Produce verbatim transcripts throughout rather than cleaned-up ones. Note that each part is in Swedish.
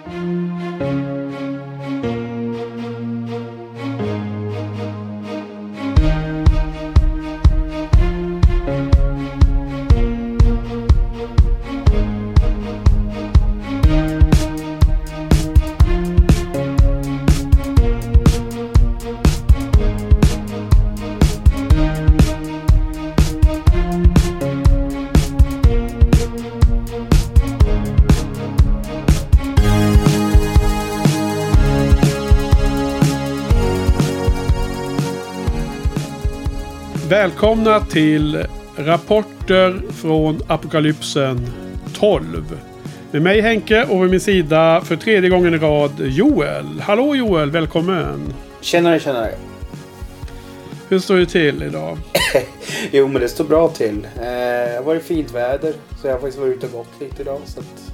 Välkomna till Rapporter från Apokalypsen tolv. Med mig Henke och vid min sida för tredje gången i rad Joel. Hallå Joel, välkommen. Tjenare, tjenare. Hur står det till idag? Jo, men det står bra till. Eh, det har varit fint väder, så jag har faktiskt varit ute och gått lite idag. Så att...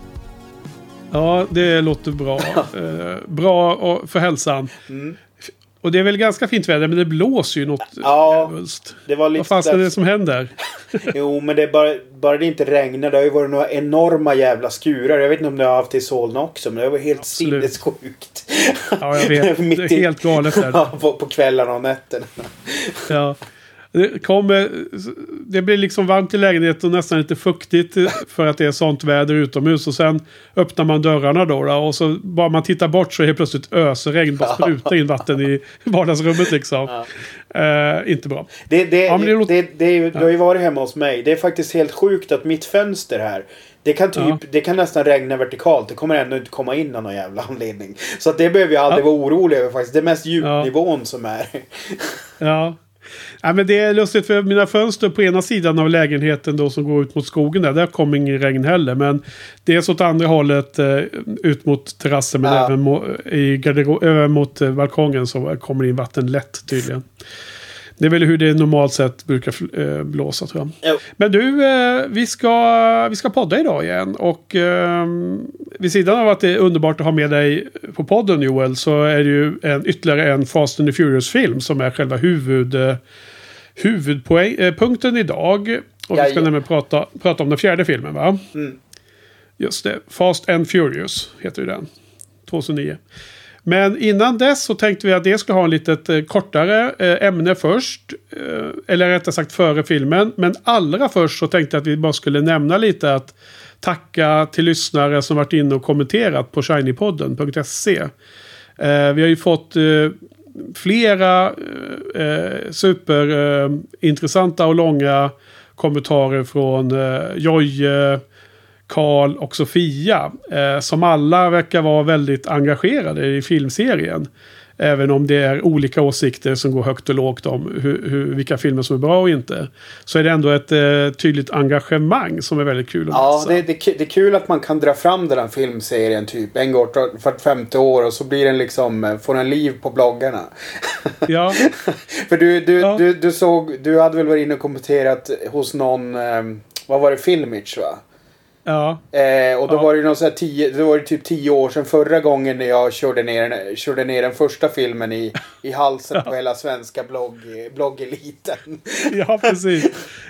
Ja, det låter bra. eh, bra för hälsan. Mm. Och det är väl ganska fint väder, men det blåser ju något ja, jävulst. Det var lite vad fan är det som händer? Jo, men det är bara, bara det inte regnar. Det har ju varit några enorma jävla skurar. Jag vet inte om det har haft i Solna också, men det var helt sinnessjukt. Ja, jag vet. Det är helt galet där. Ja, på, på kvällarna och nätterna. Ja. Det, kommer, det blir liksom varmt i lägenheten och nästan lite fuktigt för att det är sånt väder utomhus. Och sen öppnar man dörrarna då, då och så bara man tittar bort så är det plötsligt ösregn. Bara sprutar in vatten i vardagsrummet liksom. Ja. Uh, inte bra. Det, det, ja, det, låter... det, det, det, det har ju varit hemma hos mig. Det är faktiskt helt sjukt att mitt fönster här, det kan, typ, ja. det kan nästan regna vertikalt. Det kommer ändå inte komma in av någon jävla anledning. Så att det behöver jag aldrig ja. vara orolig över faktiskt. Det är mest ljudnivån ja. som är. Ja. Ja, men det är lustigt för mina fönster på ena sidan av lägenheten då som går ut mot skogen där, där kommer ingen regn heller, men det är så åt andra hållet eh, ut mot terrassen men ja. även mo- i gardero- över mot eh, balkongen så kommer in vatten lätt tydligen. Det är väl hur det normalt sett brukar äh, blåsa tror jag. Jo. Men du, äh, vi, ska, vi ska podda idag igen. Och äh, vid sidan av att det är underbart att ha med dig på podden Joel, så är det ju en, ytterligare en Fast and the Furious-film som är själva huvud, äh, huvudpunkten idag. Och ja, vi ska ja. nämligen prata, prata om den fjärde filmen, va? Mm. Just det, Fast and Furious heter ju den. tjugohundranio. Men innan dess så tänkte vi att det skulle ha en litet eh, kortare eh, ämne först. Eh, eller rättare sagt före filmen. Men allra först så tänkte jag att vi bara skulle nämna lite att tacka till lyssnare som varit inne och kommenterat på shinypodden punkt se. Eh, vi har ju fått eh, flera eh, superintressanta eh, och långa kommentarer från eh, Joje, Karl och Sofia eh, som alla verkar vara väldigt engagerade i filmserien. Även om det är olika åsikter som går högt och lågt om hur, hur, vilka filmer som är bra och inte. Så är det ändå ett eh, tydligt engagemang som är väldigt kul att ja, läsa. Ja, det, det, det är kul att man kan dra fram den här filmserien typ en gång för femtio år och så blir den liksom, får en liv på bloggarna. Ja. För du, du, ja. du, du såg, du hade väl varit inne och kommenterat hos någon, eh, vad var det, Filmage va? Ja. Eh, och då ja. var det någon så här tio, det var det typ tio år sedan förra gången när jag körde ner, körde ner den första filmen i, i halsen ja. på hela svenska blogg, bloggeliten. Ja, precis.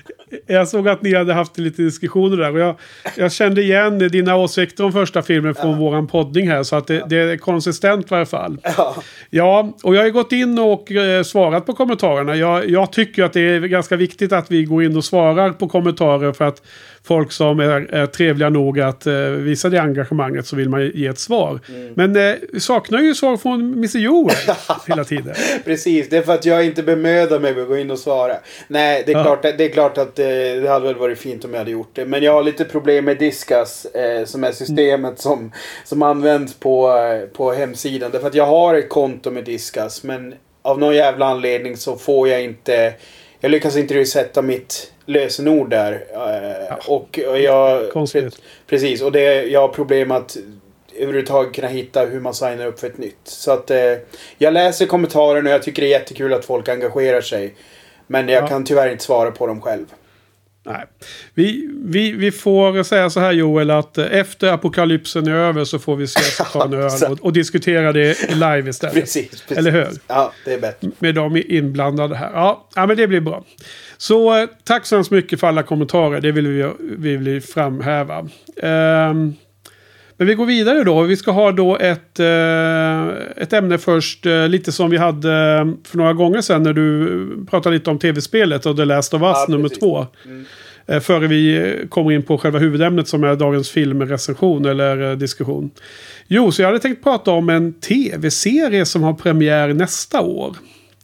Jag såg att ni hade haft lite diskussioner där och jag, jag kände igen dina åsikter om första filmen från ja. våran podding här, så att det, det är konsistent i alla fall. Ja. Ja, och jag har gått in och eh, svarat på kommentarerna. Jag, jag tycker att det är ganska viktigt att vi går in och svarar på kommentarer, för att folk som är, är trevliga nog att eh, visa det engagemanget så vill man ge ett svar. Mm. Men eh, vi saknar ju svar från mister Joel hela tiden. Precis, det är för att jag inte bemödar mig med att gå in och svara. Nej, det är, ja. klart, det är klart att eh, det hade väl varit fint om jag hade gjort det. Men jag har lite problem med Disqus eh, som är systemet mm. som, som används på, eh, på hemsidan. Därför att jag har ett konto med Disqus, men av någon jävla anledning så får jag inte... Jag lyckas inte resätta mitt lösenord där. Ja. Och jag... Konstigt. Precis, och det, jag har problem att överhuvudtaget kunna hitta hur man signar upp för ett nytt. Så att eh, jag läser kommentarerna och jag tycker det är jättekul att folk engagerar sig. Men jag ja. kan tyvärr inte svara på dem själv. Nej. Vi, vi, vi får säga så här Joel, att efter apokalypsen är över så får vi se ta en öl och, och diskutera det live istället. Precis, precis. Eller hur? Ja, det är bättre. Med de inblandade här. Ja, ja, men det blir bra. Så tack så mycket för alla kommentarer. Det vill vi, vi vill framhäva. Um, Men vi går vidare då. Vi ska ha då ett, ett ämne först. Lite som vi hade för några gånger sedan när du pratade lite om tv-spelet och The Last of Us ja, nummer två. Mm. Före vi kommer in på själva huvudämnet som är dagens filmrecension eller diskussion. Jo, så jag hade tänkt prata om en tv-serie som har premiär nästa år.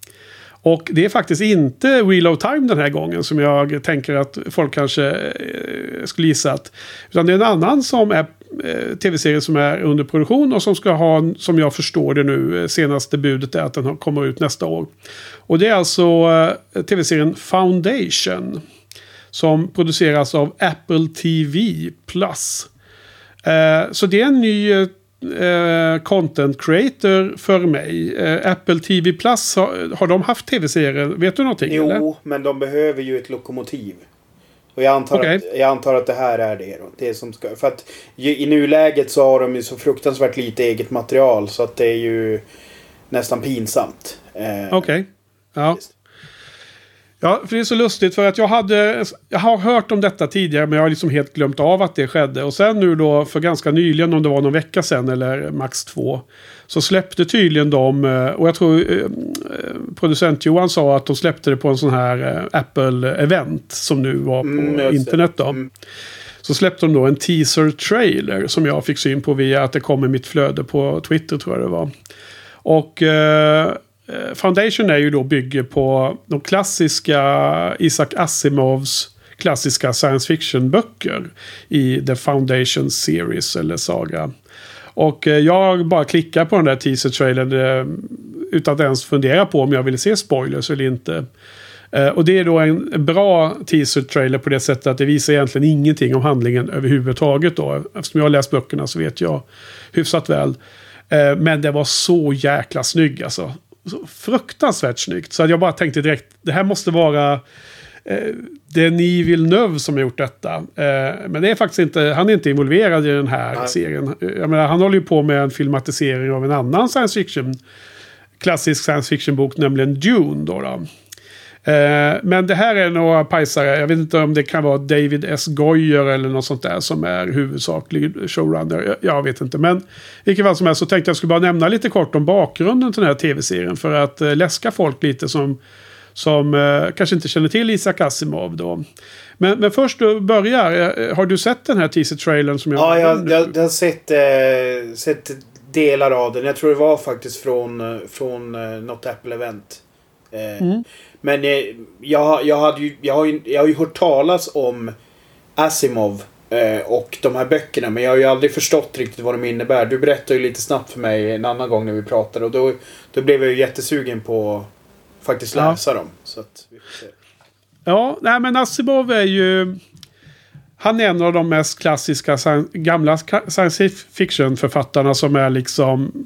Och det är faktiskt inte Wheel of Time den här gången som jag tänker att folk kanske eh, skulle gissa att. Utan det är en annan som är eh, tv-serie som är under produktion och som ska ha, som jag förstår det nu, senaste budet är att den kommer ut nästa år. Och det är alltså eh, tv-serien Foundation som produceras av Apple T V Plus. Eh, så det är en ny eh, content creator för mig. Eh, Apple T V Plus, har, har de haft tv-serier? Vet du någonting? Jo, eller? Men de behöver ju ett lokomotiv. Och jag antar, okay. att, jag antar att det här är det. Då. Det som ska, för att i nuläget så har de ju så fruktansvärt lite eget material så att det är ju nästan pinsamt. Eh, Okej, okay. Ja. Just. Ja, för det är så lustigt för att jag hade jag har hört om detta tidigare men jag har liksom helt glömt av att det skedde. Och sen nu då för ganska nyligen, om det var någon vecka sedan eller max två, så släppte tydligen de, och jag tror eh, producent Johan sa att de släppte det på en sån här eh, Apple-event som nu var på mm, internet då. Mm. Så släppte de då en teaser-trailer som jag fick syn på via att det kom i mitt flöde på Twitter tror jag det var. Och eh, Foundation är ju då bygger på de klassiska Isaac Asimovs klassiska science fiction-böcker i The Foundation Series eller saga. Och jag bara klickar på den där teaser-trailern utan att ens fundera på om jag vill se spoilers eller inte. Och det är då en bra teaser-trailer på det sättet att det visar egentligen ingenting om handlingen överhuvudtaget då. Eftersom jag har läst böckerna så vet jag hyfsat väl. Men det var så jäkla snygg alltså. Så fruktansvärt snyggt. Så att jag bara tänkte direkt, det här måste vara eh, Denis Villeneuve som har gjort detta. Eh, men det är faktiskt inte, han är inte involverad i den här Nej. serien. Jag menar, han håller ju på med en filmatisering av en annan science fiction, klassisk science fiction bok, nämligen Dune då. då. Eh, men det här är några pajsare, jag vet inte om det kan vara David S. Goyer eller något sånt där som är huvudsaklig showrunner, jag, jag vet inte, men vilket fall som helst så tänkte jag skulle bara nämna lite kort om bakgrunden till den här tv-serien för att eh, läska folk lite som, som eh, kanske inte känner till Isaac Asimov då. Men, men först du börjar, har du sett den här teaser-trailern som jag Ja, jag, jag, jag har sett, eh, sett delar av den, jag tror det var faktiskt från, från eh, något Apple-event. Eh, mm. Men eh, jag, jag, hade ju, jag, har ju, jag har ju hört talas om Asimov eh, och de här böckerna. Men jag har ju aldrig förstått riktigt vad de innebär. Du berättade ju lite snabbt för mig en annan gång när vi pratade. Och då, då blev jag ju jättesugen på att faktiskt läsa ja. dem. Så att vi får se. Ja, nej, men Asimov är ju... Han är en av de mest klassiska gamla science fiction-författarna som är liksom...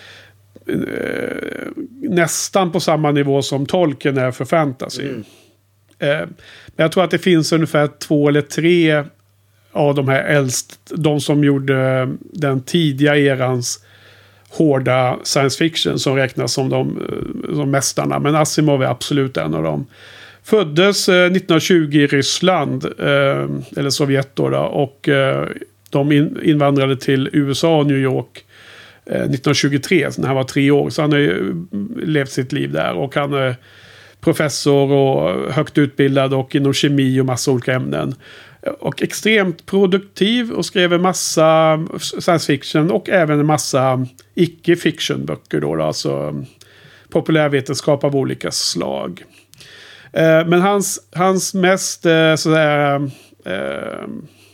Eh, nästan på samma nivå som Tolkien är för fantasy. Mm. Eh, men jag tror att det finns ungefär två eller tre av de här äldst, de som gjorde den tidiga erans hårda science fiction som räknas som de som mästarna. Men Asimov är absolut en av dem. Föddes eh, nittonhundratjugo i Ryssland eh, eller Sovjet då, då och eh, de in, invandrade till U S A och New York nittonhundratjugotre, när han var tre år. Så han har ju levt sitt liv där. Och han är professor och högt utbildad och inom kemi och massa olika ämnen. Och extremt produktiv och skrev en massa science fiction och även en massa icke-fiction-böcker då. då alltså populärvetenskap av olika slag. Men hans, hans mest sådär... Eh,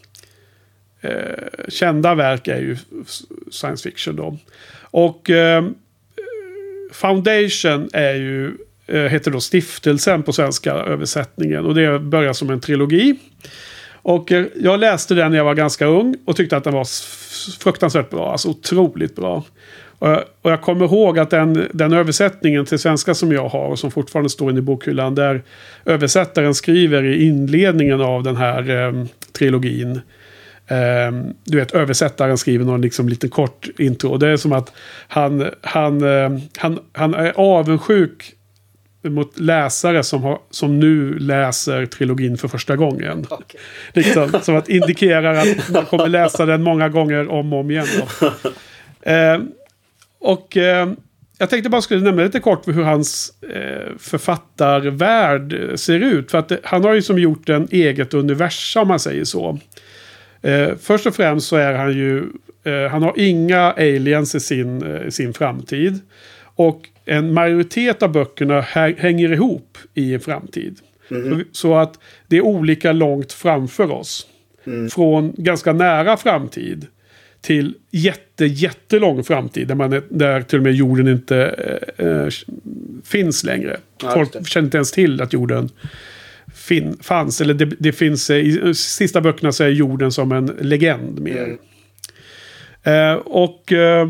Eh, kända verk är ju science fiction då. Och eh, Foundation är ju eh, heter då Stiftelsen på svenska översättningen. Och det börjar som en trilogi. Och eh, jag läste den när jag var ganska ung och tyckte att den var fruktansvärt bra. Alltså otroligt bra. Och jag, och jag kommer ihåg att den, den översättningen till svenska som jag har och som fortfarande står inne i bokhyllan, där översättaren skriver i inledningen av den här eh, trilogin. Um, du vet, översättaren skriver någon liksom liten kort intro. Och det är som att han, han, uh, han, han är avundsjuk mot läsare som, har, som nu läser trilogin för första gången. Okay. Liksom, som att indikerar att man kommer läsa den många gånger om och om igen. Eh, och eh, jag tänkte bara skulle nämna lite kort hur hans eh, författarvärld ser ut. För att det, han har ju som gjort en eget universum, om man säger så. Eh, först och främst så är han ju... Eh, han har inga aliens i sin, eh, sin framtid. Och en majoritet av böckerna här, hänger ihop i en framtid. Mm. Så, så att det är olika långt framför oss. Mm. Från ganska nära framtid till jätte, jättelång framtid. Där, man är, där till och med jorden inte äh, finns längre. Ja, folk känner inte ens till att jorden fin, fanns. Eller det, det finns, i sista böckerna så är jorden som en legend mer. Mm. Uh, och uh,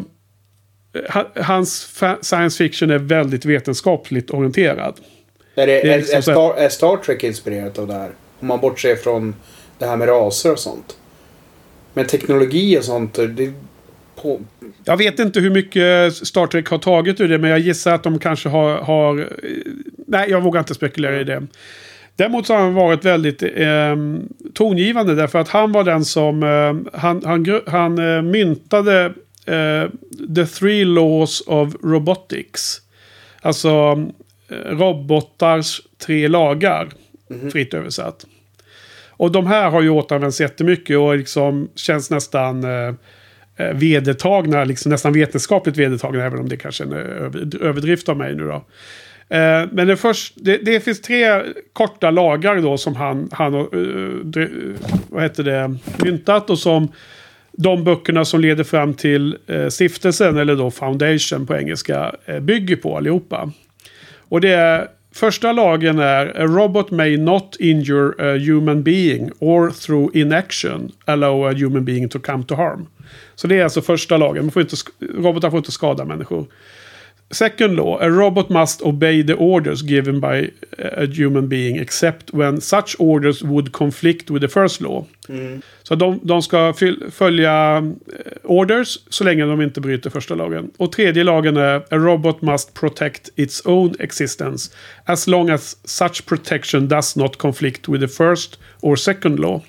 hans science fiction är väldigt vetenskapligt orienterad. Är, det, det är, liksom är, Star, är Star Trek inspirerat av det här? Om man bortser från det här med raser och sånt. Men teknologi och sånt, det på... Jag vet inte hur mycket Star Trek har tagit ur det, men jag gissar att de kanske har... har nej, jag vågar inte spekulera i det. Däremot så har han varit väldigt eh, tongivande, därför att han var den som... Eh, han han, han eh, myntade eh, The Three Laws of Robotics. Alltså eh, robotars tre lagar, mm-hmm. fritt översatt. Och de här har ju återanvänts jättemycket och liksom känns nästan eh, vedertagna, liksom nästan vetenskapligt vedertagna, även om det kanske är en överdrift av mig nu då. Eh, men det, först, det, det finns tre korta lagar då som han, han har eh, vad heter det, myntat och som de böckerna som leder fram till eh, stiftelsen, eller då foundation på engelska, eh, bygger på allihopa. Och det är första lagen är: a robot may not injure a human being or through inaction allow a human being to come to harm. Så det är alltså första lagen. Man får inte, robotar får inte skada människor. Second law: a robot must obey the orders given by a human being except when such orders would conflict with the first law. Mm. Så de, de ska följa orders så länge de inte bryter första lagen. Och tredje lagen är: a robot must protect its own existence as long as such protection does not conflict with the first or second law.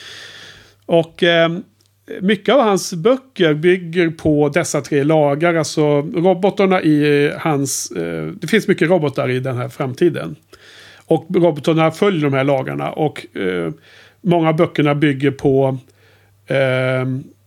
Och eh, mycket av hans böcker bygger på dessa tre lagar. Alltså robotarna i hans... Eh, det finns mycket robotar i den här framtiden. Och robotarna följer de här lagarna. Och eh, många av böckerna bygger på eh,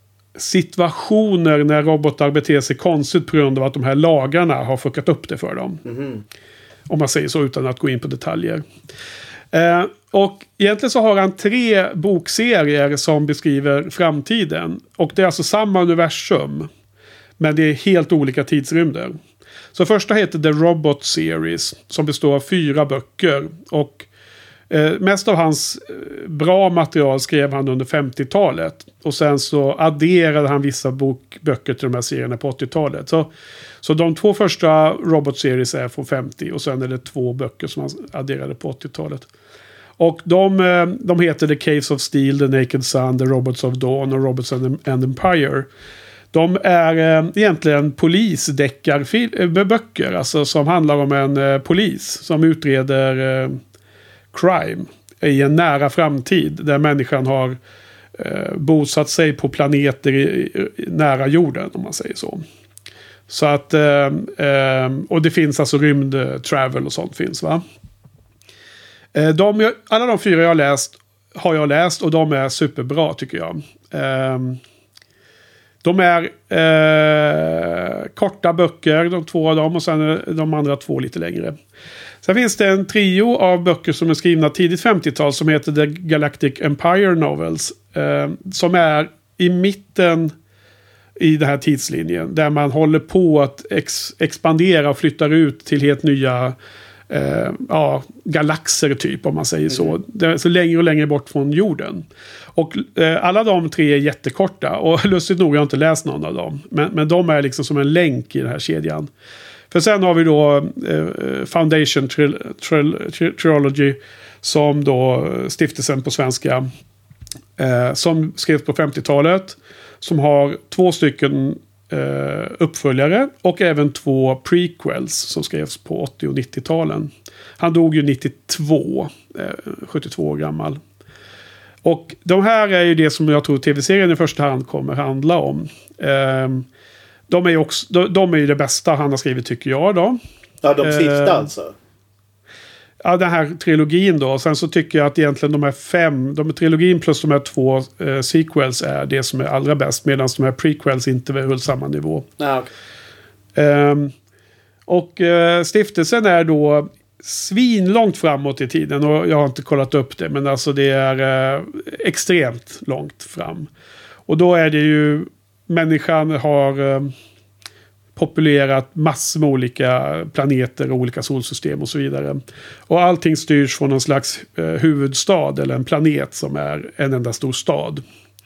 situationer när robotar beter sig konstigt på grund av att de här lagarna har fuckat upp det för dem. Mm-hmm. Om man säger så utan att gå in på detaljer. Eh, och egentligen så har han tre bokserier som beskriver framtiden. Och det är alltså samma universum, men det är helt olika tidsrymder. Så första heter The Robot Series, som består av fyra böcker. Och eh, mest av hans eh, bra material skrev han under femtiotalet. Och sen så adderade han vissa bokböcker till de här serierna på åttiotalet. Så, så de två första Robot Series är från femtio, och sen är det två böcker som han adderade på åttiotalet. Och de, de heter The Caves of Steel, The Naked Sun, The Robots of Dawn och Robots and Empire. De är eh, egentligen polisdeckarböcker, alltså som handlar om en eh, polis som utreder eh, crime i en nära framtid där människan har eh, bosatt sig på planeter i, i, nära jorden, om man säger så. Så att eh, eh, och det finns alltså rymdtravel och sånt finns, va? De, alla de fyra jag har läst har jag läst och de är superbra, tycker jag. De är eh, korta böcker, de två av dem, och sen är de andra två lite längre. Sen finns det en trio av böcker som är skrivna tidigt femtiotal som heter The Galactic Empire Novels, eh, som är i mitten i den här tidslinjen där man håller på att ex- expandera och flyttar ut till helt nya Uh, ja, galaxer typ, om man säger så. Mm. Det är så längre och längre bort från jorden. Och uh, alla de tre är jättekorta. Och lustigt nog, jag har inte läst någon av dem. Men, men de är liksom som en länk i den här kedjan. För sen har vi då uh, Foundation Tril- Tril- Trilogy, som då stiftelsen på svenska, uh, som skrevs på femtiotalet. Som har två stycken eh, uppföljare och även två prequels som skrevs på åttio- och nittio-talen. Han dog ju nittiotvå, eh, sjuttiotvå år gammal. Och de här är ju det som jag tror tv-serien i första hand kommer handla om. Eh, de, är ju också, de, de är ju det bästa han har skrivit tycker jag då. Ja, de sista eh, alltså. Ja, den här trilogin då. Sen så tycker jag att egentligen de här fem, de här trilogin plus de här två eh, sequels är det som är allra bäst. Medan de här prequels inte höll samma nivå. Ah, okay. Um, och uh, stiftelsen är då svinlångt framåt i tiden. Och jag har inte kollat upp det. Men alltså det är uh, extremt långt fram. Och då är det ju, människan har uh, populerat massor med olika planeter och olika solsystem och så vidare. Och allting styrs från en slags uh, huvudstad eller en planet som är en enda stor stad.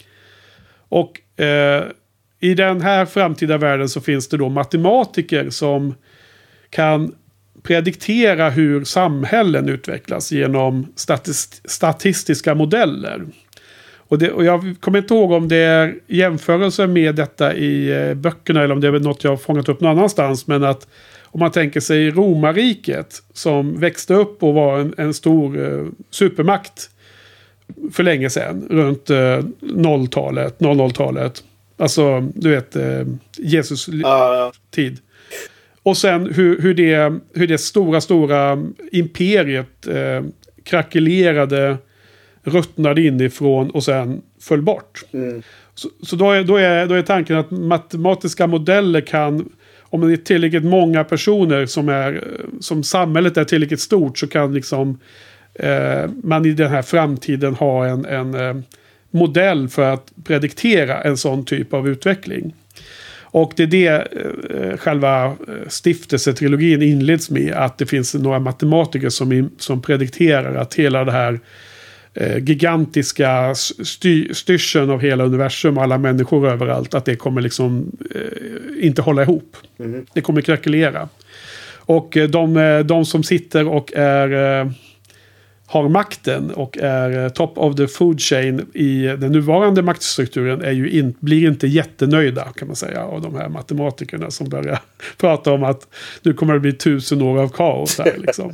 Och uh, i den här framtida världen så finns det då matematiker som kan prediktera hur samhällen utvecklas genom statist- statistiska modeller. Och, det, och jag kommer inte ihåg om det är jämförelse med detta i eh, böckerna eller om det är något jag har fångat upp någon annanstans. Men att om man tänker sig Romarriket som växte upp och var en, en stor eh, supermakt för länge sedan. Runt eh, nolltalet, noll noll-talet. Alltså, du vet, eh, Jesus Ah, ja. tid. Och sen hur, hur, det, hur det stora, stora imperiet eh, krackelerade, ruttnade inifrån och sen föll bort. Mm. Så, så då, är, då, är, då är tanken att matematiska modeller kan, om det är tillräckligt många personer som, är, som samhället är tillräckligt stort så kan liksom eh, man i den här framtiden ha en, en eh, modell för att prediktera en sån typ av utveckling. Och det är det eh, själva stiftelsetrilogin inleds med. Att det finns några matematiker som, som predikterar att hela det här eh, gigantiska styr, styrseln av hela universum och alla människor överallt. Att det kommer liksom eh, inte hålla ihop. Mm. Det kommer krackelera. Och eh, de, de som sitter och är... Eh, har makten och är top of the food chain i den nuvarande maktstrukturen är ju in, blir inte jättenöjda kan man säga av de här matematikerna som börjar prata om att nu kommer det bli tusen år av kaos här liksom.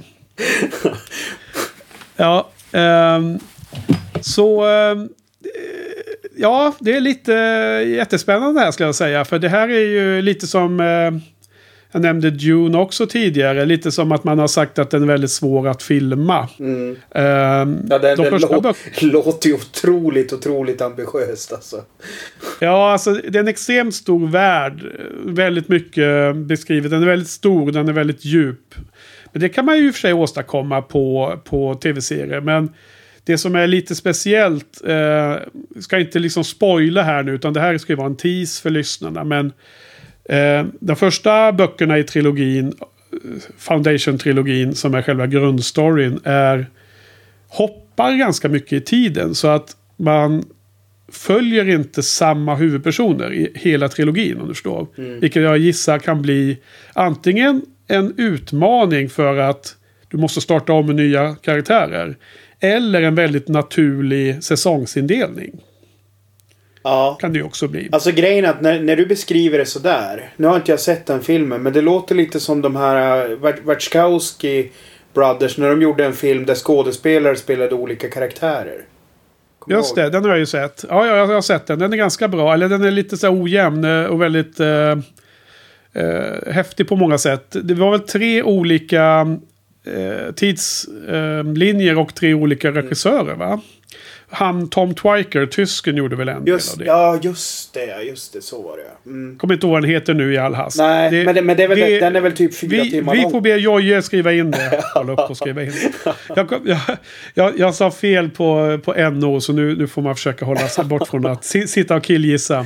Ja, um, så um, ja, det är lite jättespännande här skulle jag säga, för det här är ju lite som uh, jag nämnde Dune också tidigare. Lite som att man har sagt att den är väldigt svår att filma. Mm. Um, ja, den, de den lå- böck- låter ju otroligt, otroligt ambitiöst alltså. Ja, alltså det är en extremt stor värld. Väldigt mycket beskrivet. Den är väldigt stor, den är väldigt djup. Men det kan man ju i och för sig åstadkomma på, på tv-serier. Men det som är lite speciellt, eh, ska inte liksom spoila här nu, utan det här ska ju vara en tease för lyssnarna. Men Eh, de första böckerna i trilogin, Foundation-trilogin, som är själva grundstoryn, är hoppar ganska mycket i tiden. Så att man följer inte samma huvudpersoner i hela trilogin, om du förstår. Mm. Vilket jag gissar kan bli antingen en utmaning för att du måste starta om med nya karaktärer. Eller en väldigt naturlig säsongsindelning. Ja. Kan det ju också bli. Alltså grejen är att när, när du beskriver det sådär. Nu har inte jag sett den filmen. Men det låter lite som de här uh, Wachowski Brothers. När de gjorde en film där skådespelare spelade olika karaktärer. Kom Just ihåg. det, den har jag ju sett. Ja, jag har sett den. Den är ganska bra. Eller den är lite så ojämn och väldigt uh, uh, häftig på många sätt. Det var väl tre olika uh, tidslinjer uh, och tre olika regissörer, va? Han, Tom Twyker, tysken, gjorde väl en just, del av det. Ja, just det. Just det, så var det. Mm. Kommer inte ihåg vad den heter nu i all hast. Nej, det, men, det, men det är väl, vi, den är väl typ fyra vi, timmar vi lång. Vi får be Jojje skriva in det. Hålla upp och skriva in det. Jag, jag, jag, jag sa fel på, på N O, så nu, nu får man försöka hålla sig bort från att sitta och killgissa.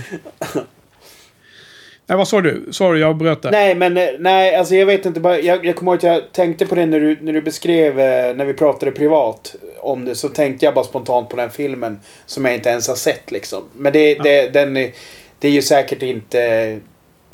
Nej, vad sa du? Sorry, jag bröt det. Nej, men nej, alltså jag vet inte. Bara, jag, jag kommer ihåg att jag tänkte på det när du, när du beskrev, när vi pratade privat om det. Så tänkte jag bara spontant på den filmen som jag inte ens har sett liksom. Men det, ja. det, den är, det är ju säkert inte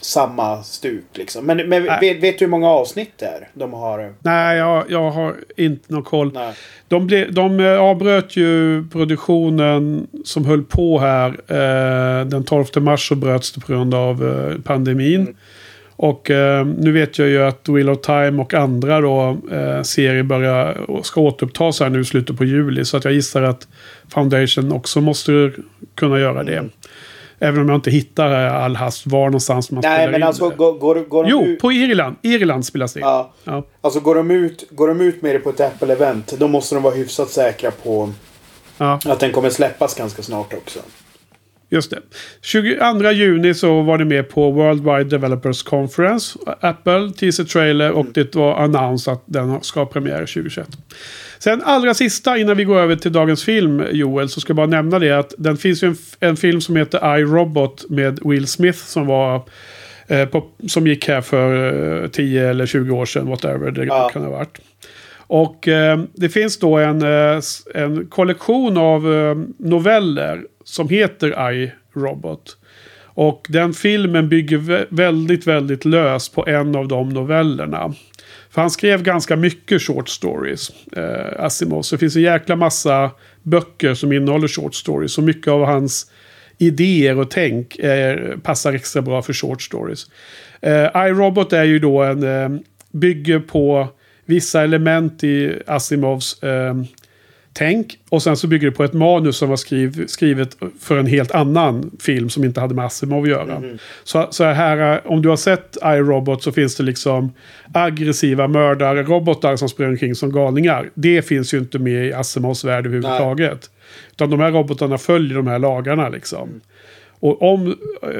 samma stuk liksom. Men, men vet, vet du hur många avsnitt det är de har? Nej, jag, jag har inte någon koll. Nej. De, ble, de avbröt ju produktionen som höll på här. Eh, den tolfte mars så bröts det på grund av eh, pandemin. Mm. Och eh, nu vet jag ju att Wheel of Time och andra då eh, serier börjar, ska återupptas här nu i slutet på juli. Så att jag gissar att Foundation också måste kunna göra det. Mm. Även om jag inte hittar all hast var någonstans man spelar. Nej, men alltså går, går, går de Jo, ut... på Irland. Irland spelas det. Ja. ja. Alltså går de, ut, går de ut med det på ett Apple-event, då måste de vara hyfsat säkra på ja. att den kommer släppas ganska snart också. Just det. tjugoandra juni så var det med på Worldwide Developers Conference. Apple, teaser trailer och mm. det var annonsat att den ska premiär tjugohundratjugoett. Sen allra sista innan vi går över till dagens film, Joel, så ska jag bara nämna det att den finns ju en, en film som heter I, Robot med Will Smith som var eh, på, som gick här för eh, tio eller tjugo år sedan, whatever det ja. kan ha varit. Och eh, det finns då en, eh, en kollektion av eh, noveller som heter I, Robot. Och den filmen bygger vä- väldigt, väldigt lös på en av de novellerna. För han skrev ganska mycket short stories, eh, Asimov. Så det finns en jäkla massa böcker som innehåller short stories. Så mycket av hans idéer och tänk eh, passar extra bra för short stories. Eh, I, Robot är ju då en eh, bygger på vissa element i Asimovs eh, tänk. Och sen så bygger det på ett manus som var skriv, skrivet för en helt annan film som inte hade med Asimov att göra. Mm. Så, så här, om du har sett I, Robot så finns det liksom aggressiva mördare, robotar som springer omkring som galningar. Det finns ju inte med i Asimovs värld överhuvudtaget. Nej. Utan de här robotarna följer de här lagarna liksom. Mm. Och om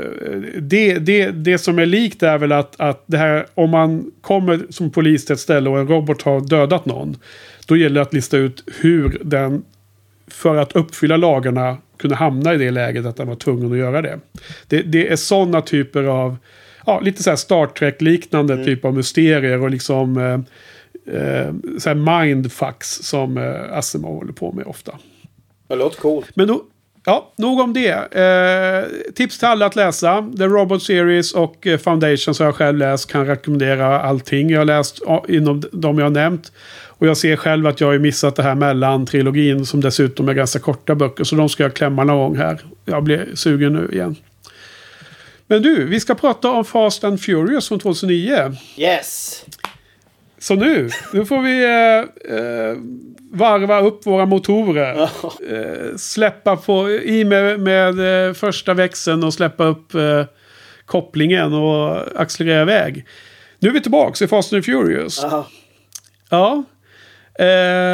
det, det, det som är likt är väl att, att det här, om man kommer som polis till ett ställe och en robot har dödat någon, då gäller det att lista ut hur den, för att uppfylla lagarna, kunde hamna i det läget att den var tvungen att göra det. Det, det är sådana typer av, ja, lite så här Star Trek-liknande mm. typ av mysterier och liksom eh, eh, så här mindfucks som eh, Asimov håller på med ofta. Det låter coolt. Men då, ja, nog om det. Eh, tips till alla att läsa. The Robot Series och eh, Foundation som jag själv läst, kan rekommendera allting. Jag har läst ja, inom de jag har nämnt. Och jag ser själv att jag har missat det här mellan trilogin som dessutom är ganska korta böcker. Så de ska jag klämma någon gång här. Jag blir sugen nu igen. Men du, vi ska prata om Fast and Furious från tjugohundranio. Yes! Så nu, nu får vi eh, eh, varva upp våra motorer. eh, släppa på, i med, med eh, första växeln och släppa upp eh, kopplingen och accelerera iväg. Nu är vi tillbaka i Fast and Furious. Aha. Ja. Eh,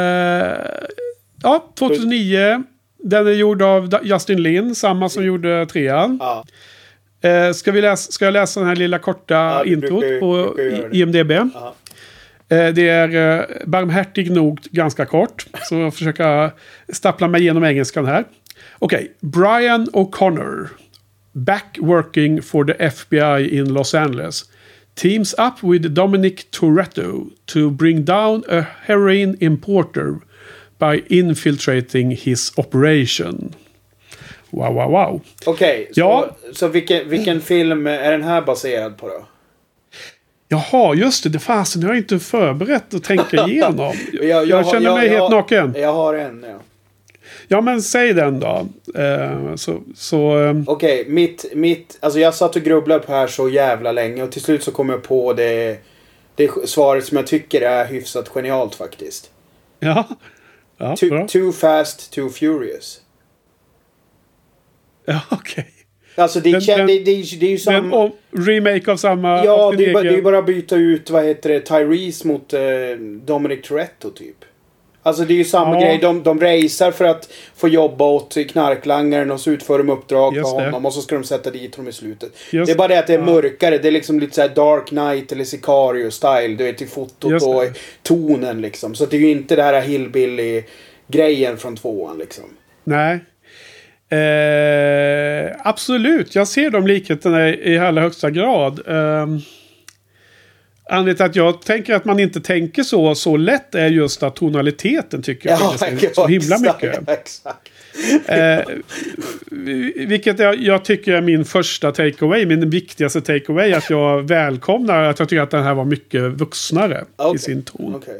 ja, tjugohundranio. Den är gjord av Justin Lin, samma som gjorde trean. Ja. Eh, ska, vi läsa, ska jag läsa den här lilla korta ja, introt brukar, på brukar I M D B? Aha. Det är barmhärtig nog ganska kort. Så jag försöker stappla mig igenom engelskan här. Okej. Okay. Brian O'Connor. Back working for the F B I in Los Angeles. Teams up with Dominic Toretto to bring down a heroin importer by infiltrating his operation. Wow, wow, wow. Okej. Okay, så, ja. så vilken, vilken film är den här baserad på då? Jaha, just det. Det fasen, jag har inte förberett att tänka igenom. jag, jag, jag känner jag, mig jag, helt jag, naken. Jag har en, ja. Ja, men säg den då. Uh, så, så, um... Okej, okay, mitt, mitt... Alltså jag satt och grubblade på här så jävla länge. Och till slut så kom jag på det, det svaret som jag tycker är hyfsat genialt faktiskt. Ja. ja too, bra. Too fast, too furious. Ja, okej. Okay. Alltså det, den, kän, den, det, det, det är ju samma... Den om, remake av samma... Ja, det är, bara, det är bara att byta ut, vad heter det, Tyrese mot eh, Dominic Toretto typ. Alltså det är ju samma ja. grej. De, de racear för att få jobba åt knarklangaren och så utför de uppdrag på honom och så ska de sätta dit honom i slutet. Just det är bara det att det är mörkare. Det är liksom lite så här Dark Knight eller Sicario-style. Du vet, i fotot och i tonen liksom. Så det är ju inte det här hillbilly-grejen från tvåan liksom. Nej. Eh, absolut, jag ser de likheterna i, i allra högsta grad. Eh, Anledningen till att jag tänker att man inte tänker så så lätt är just att tonaliteten tycker jag ja, är så himla exakt, mycket. Exakt. eh, vilket jag, jag tycker är min första takeaway, min viktigaste takeaway, att jag välkomnar att jag tycker att den här var mycket vuxnare okay. i sin ton. Okay.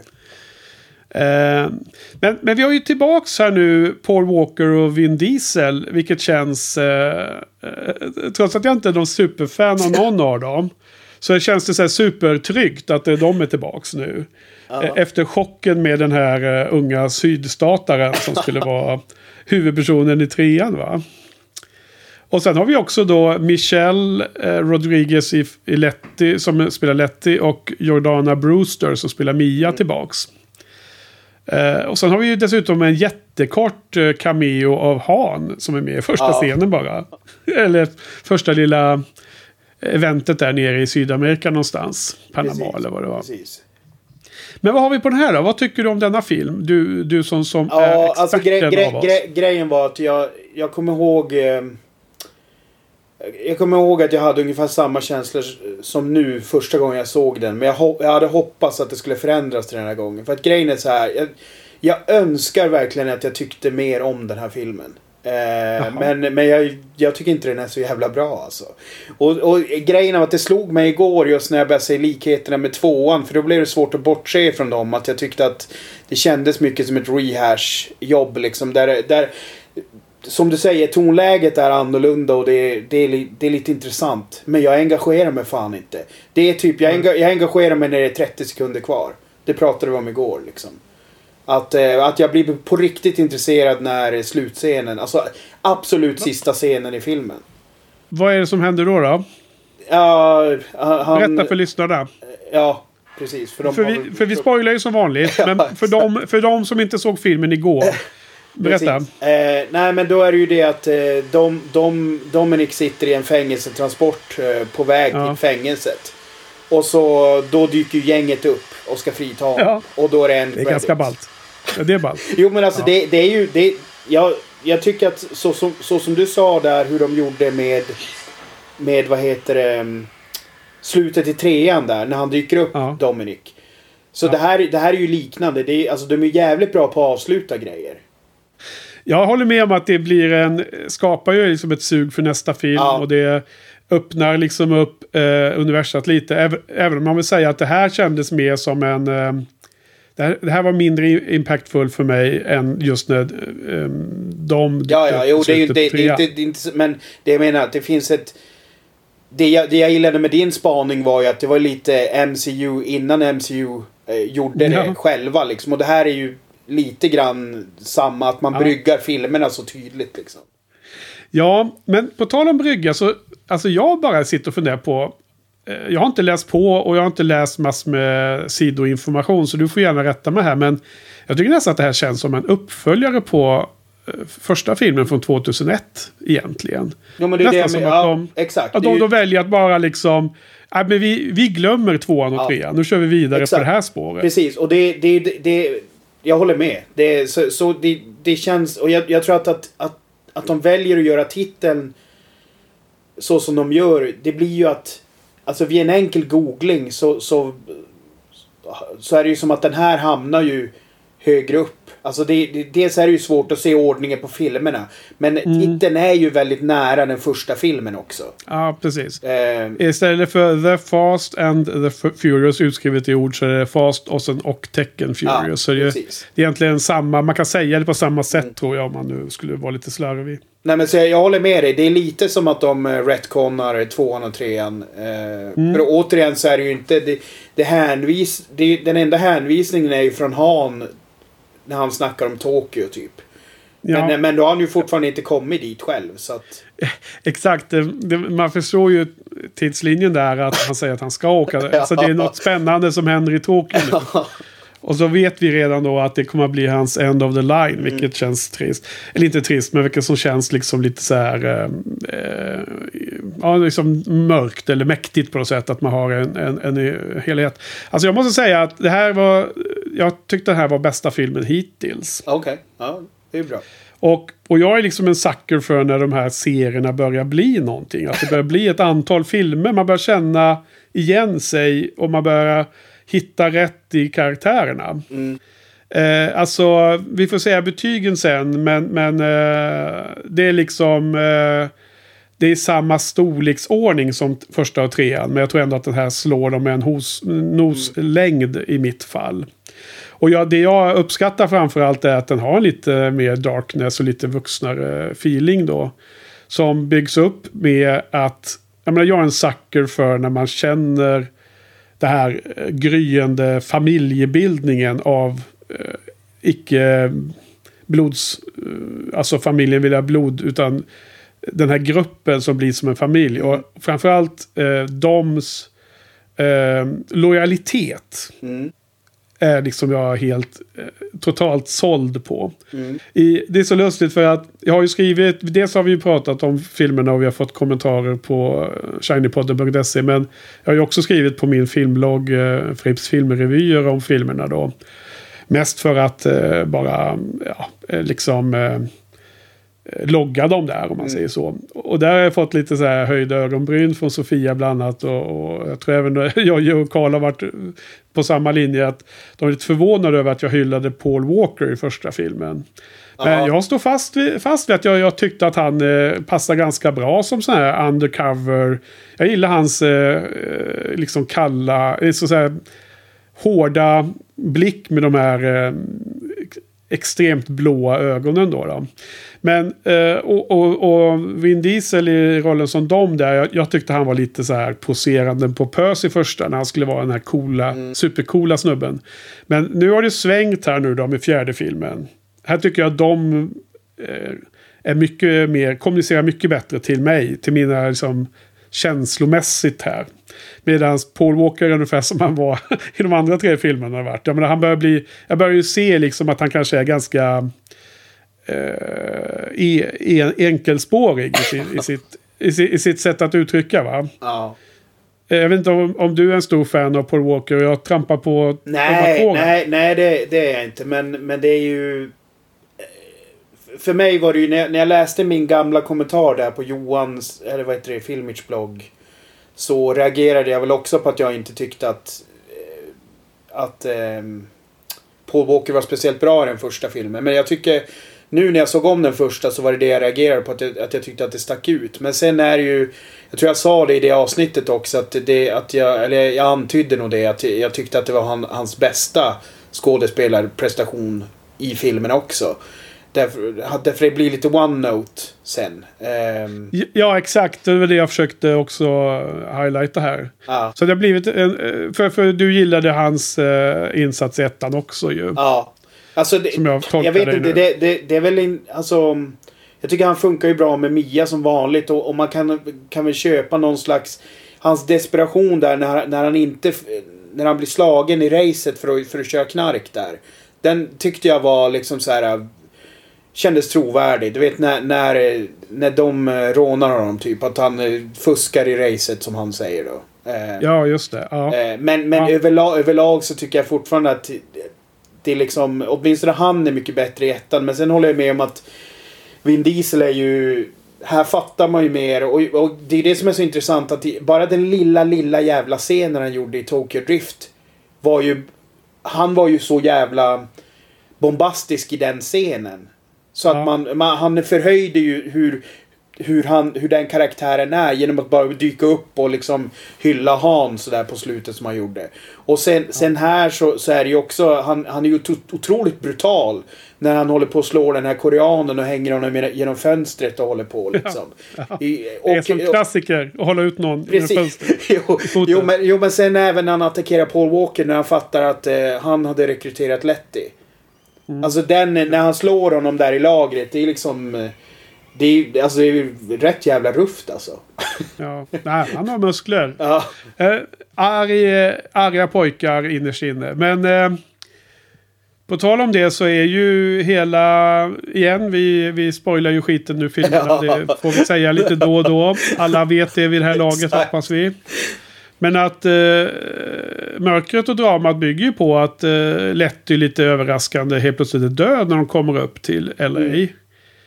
Eh, men, men vi har ju tillbaks här nu Paul Walker och Vin Diesel, vilket känns eh, eh, trots att jag inte är någon superfan av någon av dem, så känns det så här supertryggt att de är tillbaks nu. Uh-huh. Efter chocken med den här uh, unga sydstataren som skulle vara huvudpersonen i trean, va? Och sen har vi också då Michelle eh, Rodriguez i, i Letty, som spelar Letty, och Jordana Brewster som spelar Mia mm. tillbaks. Eh, och sen har vi ju dessutom en jättekort eh, cameo av Han som är med i första uh-huh. scenen bara. Eller första lilla eventet där nere i Sydamerika någonstans. Panama precis, eller vad det var. Precis. Men vad har vi på den här då? Vad tycker du om denna film? Du, du som, som ja, är experten alltså gre- gre- av oss. Gre- grejen var att jag, jag kommer ihåg eh, jag kommer ihåg att jag hade ungefär samma känslor som nu första gången jag såg den. Men jag, ho- jag hade hoppats att det skulle förändras till den här gången. För att grejen är så här. Jag, jag önskar verkligen att jag tyckte mer om den här filmen. Eh, men men jag, jag tycker inte den är så jävla bra alltså. Och, och grejen av att det slog mig igår just när jag började se likheterna med tvåan, för då blev det svårt att bortse från dem, att jag tyckte att det kändes mycket som ett rehash jobb liksom, där, där som du säger, tonläget är annorlunda och det, det, är, det är lite intressant, men jag engagerar mig fan inte. Det är typ, jag, enga, jag engagerar mig när det är trettio sekunder kvar. Det pratade vi om igår liksom. Att, eh, att jag blir på riktigt intresserad när slutscenen, alltså absolut sista scenen i filmen. Vad är det som händer då då? Ja, han... Berätta för lyssnarna. Ja, precis. För, de för, vi, för vi spoilar ju som vanligt. Ja, men för dem, för dem som inte såg filmen igår. Berätta. Eh, nej, men då är det ju det att eh, de, de, Dominic sitter i en fängelsetransport eh, på väg ja. till fängelset. Och så då dyker ju gänget upp och ska frita honom. Ja. Och då är det en det är ganska ballt. Ja, det är ballt. Jo, men alltså ja. det, det är ju... Det, jag, jag tycker att så, så, så som du sa där, hur de gjorde med... Med, vad heter det... Slutet i trean där, när han dyker upp, ja. Dominic. Så ja. det, här, det här är ju liknande. Det är, alltså, de är jävligt bra på att avsluta grejer. Jag håller med om att det blir en... Skapar ju liksom ett sug för nästa film. Ja. Och det öppnar liksom upp eh, universat lite. Även, även om man vill säga att det här kändes mer som en... Eh, det, här, det här var mindre impactful för mig än just när eh, de... Ja, ja, jo, det är ju det, det, det, det, det, inte... Men det jag menar att det finns ett... Det jag, det jag gillade med din spaning var ju att det var lite M C U innan M C U eh, gjorde ja. det själva liksom. Och det här är ju lite grann samma, att man ja. bryggar filmerna så tydligt liksom. Ja, men på tal om brygga så... Alltså jag bara sitter och funderar på... Eh, jag har inte läst på och jag har inte läst massor med sidoinformation, så du får gärna rätta mig här. Men jag tycker nästan att det här känns som en uppföljare på eh, första filmen från tvåtusenett egentligen. Ja, men det är nästan det med, som att de, ja, exakt, att de ju... då väljer att bara liksom... Äh, men vi, vi glömmer tvåan och ja. trean. Nu kör vi vidare exakt. på det här spåret. Precis, och det... det, det, det jag håller med. Det, så så det, det känns... Och jag, jag tror att, att, att, att de väljer att göra titeln så som de gör, det blir ju att alltså vid en enkel googling så, så, så är det ju som att den här hamnar ju högre upp. Alltså det, det, dels är det ju svårt att se ordningen på filmerna, men mm. titeln är ju väldigt nära den första filmen också. Ja, precis. Eh, Istället för The Fast and the Furious utskrivet i ord så är det Fast och sen och Tekken Furious. Ja, så det är, det är egentligen samma, man kan säga det på samma sätt mm. tror jag, om man nu skulle vara lite slarvig. Nej, men så jag, jag håller med dig. Det är lite som att de retconar tvåan och trean. Eh, mm. För återigen så är det ju inte... Det, det hänvis, det, den enda hänvisningen är ju från Han när han snackar om Tokyo typ. Ja. Men, men då har han ju fortfarande inte kommit dit själv. Så att... Exakt. Det, det, man förstår ju tidslinjen där att han säger att han ska åka. ja. Så det är något spännande som händer i Tokyo nu. Och så vet vi redan då att det kommer att bli hans end of the line. Vilket mm. känns trist. Eller inte trist, men vilket som känns liksom lite så här... Eh, ja, liksom mörkt eller mäktigt på något sätt. Att man har en, en, en helhet. Alltså jag måste säga att det här var... Jag tyckte det här var bästa filmen hittills. Okej, okay. Ja, det är bra. Och, och jag är liksom en sucker för när de här serierna börjar bli någonting. Att det börjar bli ett antal filmer. Man börjar känna igen sig och man börjar hitta rätt i karaktärerna. Mm. Eh, alltså, vi får säga betygen sen. Men, men eh, det är liksom... Eh, det är samma storleksordning som första och trean. Men jag tror ändå att den här slår dem med en hos, noslängd mm. i mitt fall. Och jag, det jag uppskattar framförallt är att den har lite mer darkness och lite vuxnare feeling då. Som byggs upp med att... Jag menar, jag är en sucker för när man känner det här gryende familjebildningen av eh, icke blods... Eh, alltså familjen vill ha blod, utan den här gruppen som blir som en familj. Och framförallt eh, doms eh, lojalitet. Mm. Är liksom jag helt eh, totalt såld på. Mm. I, det är så lustigt för att jag har ju skrivit, dels har vi ju pratat om filmerna och vi har fått kommentarer på shinypodden punkt se, men jag har ju också skrivit på min filmblogg eh, Fripps filmrevyer om filmerna då. Mest för att eh, bara ja, liksom eh, logga dem där om man mm. säger så. Och där har jag fått lite så här höjda ögonbryn från Sofia bland annat. Och, och jag tror även jag och Carl har varit på samma linje. Att de är lite förvånade över att jag hyllade Paul Walker i första filmen. Men ja. jag står fast vid, fast vid att jag, jag tyckte att han eh, passar ganska bra som sån här undercover. Jag gillar hans eh, liksom kalla, så, så här, hårda blick med de här eh, extremt blåa ögonen då. då. Men eh, och, och, och Vin Diesel i rollen som Dom där, jag, jag tyckte han var lite så här poserande på pös i första när han skulle vara den här coola, mm. supercoola snubben. Men nu har det svängt här nu då med fjärde filmen. Här tycker jag att de eh, är mycket mer, kommunicerar mycket bättre till mig, till mina liksom känslomässigt här. Medan Paul Walker är ungefär som han var i de andra tre filmerna har varit. Jag menar, han börjar bli, jag börjar ju se liksom att han kanske är ganska eh, en, enkelspårig i, sin, i, sitt, i, sitt, i sitt sätt att uttrycka, va? Ja. Jag vet inte om, om du är en stor fan av Paul Walker och jag trampar på nej, nej, nej det, det är jag inte. Men, men det är ju... För mig var det ju, när jag, när jag läste min gamla kommentar där på Johans, eller vad heter det, Filmich blogg, så reagerade jag väl också på att jag inte tyckte att att eh, Paul Walker var speciellt bra i den första filmen. Men jag tycker, nu när jag såg om den första så var det det jag reagerade på, att jag, att jag tyckte att det stack ut. Men sen är det ju, jag tror jag sa det i det avsnittet också, att, det, att jag, eller jag antydde nog det, att jag tyckte att det var han, hans bästa skådespelarprestation i filmen också. Därför, därför det blir lite one note sen. Um... Ja, exakt. Det var det jag försökte också highlighta här. Ah. Så det har blivit en, för, för du gillade hans uh, insats i ettan också ju. Ja. Alltså det, som jag, jag vet inte, det, det, det är väl in, alltså, jag tycker han funkar ju bra med Mia som vanligt, och, och man kan, kan väl köpa någon slags hans desperation där när, när han inte när han blir slagen i racet för att, för att köra knark där. Den tyckte jag var liksom så här, kändes trovärdig. Du vet när, när, när de rånar honom typ, att han fuskar i racet som han säger då. Eh, ja, just det. Ja. Eh, men men ja. överlag, överlag så tycker jag fortfarande att det är liksom, åtminstone han är mycket bättre i ettan. Men sen håller jag med om att Vin Diesel är ju, här fattar man ju mer. Och, och det är det som är så intressant, att bara den lilla, lilla jävla scenen han gjorde i Tokyo Drift var ju, han var ju så jävla bombastisk i den scenen. Så ja. att man, man, han förhöjde ju hur, hur, han, hur den karaktären är genom att bara dyka upp och liksom hylla Han så där på slutet som han gjorde. Och sen, ja. sen här så, så är det ju också, han, han är ju otroligt brutal när han håller på att slå den här koreanen och hänger honom genom fönstret och håller på liksom. Ja. Ja. I, och, det är som klassiker att hålla ut någon genom fönstret. jo, jo, men, jo men sen även när han attackerar Paul Walker, när han fattar att eh, han hade rekryterat Letty. Mm. Alltså den, när han slår honom där i lagret, det är liksom, det är, alltså, det är rätt jävla rufft alltså. Ja, nej, han har muskler. Ja. Eh, arg, arga pojkar innerst inne. Men eh, på tal om det så är ju hela, igen, vi, vi spoilar ju skiten nu filmerna, ja. Det får vi säga lite då och då. Alla vet det vid det här laget, hoppas vi. Men att eh, mörkret och dramat bygger ju på att eh, Letty lite överraskande helt plötsligt är död när de kommer upp till L A. Mm.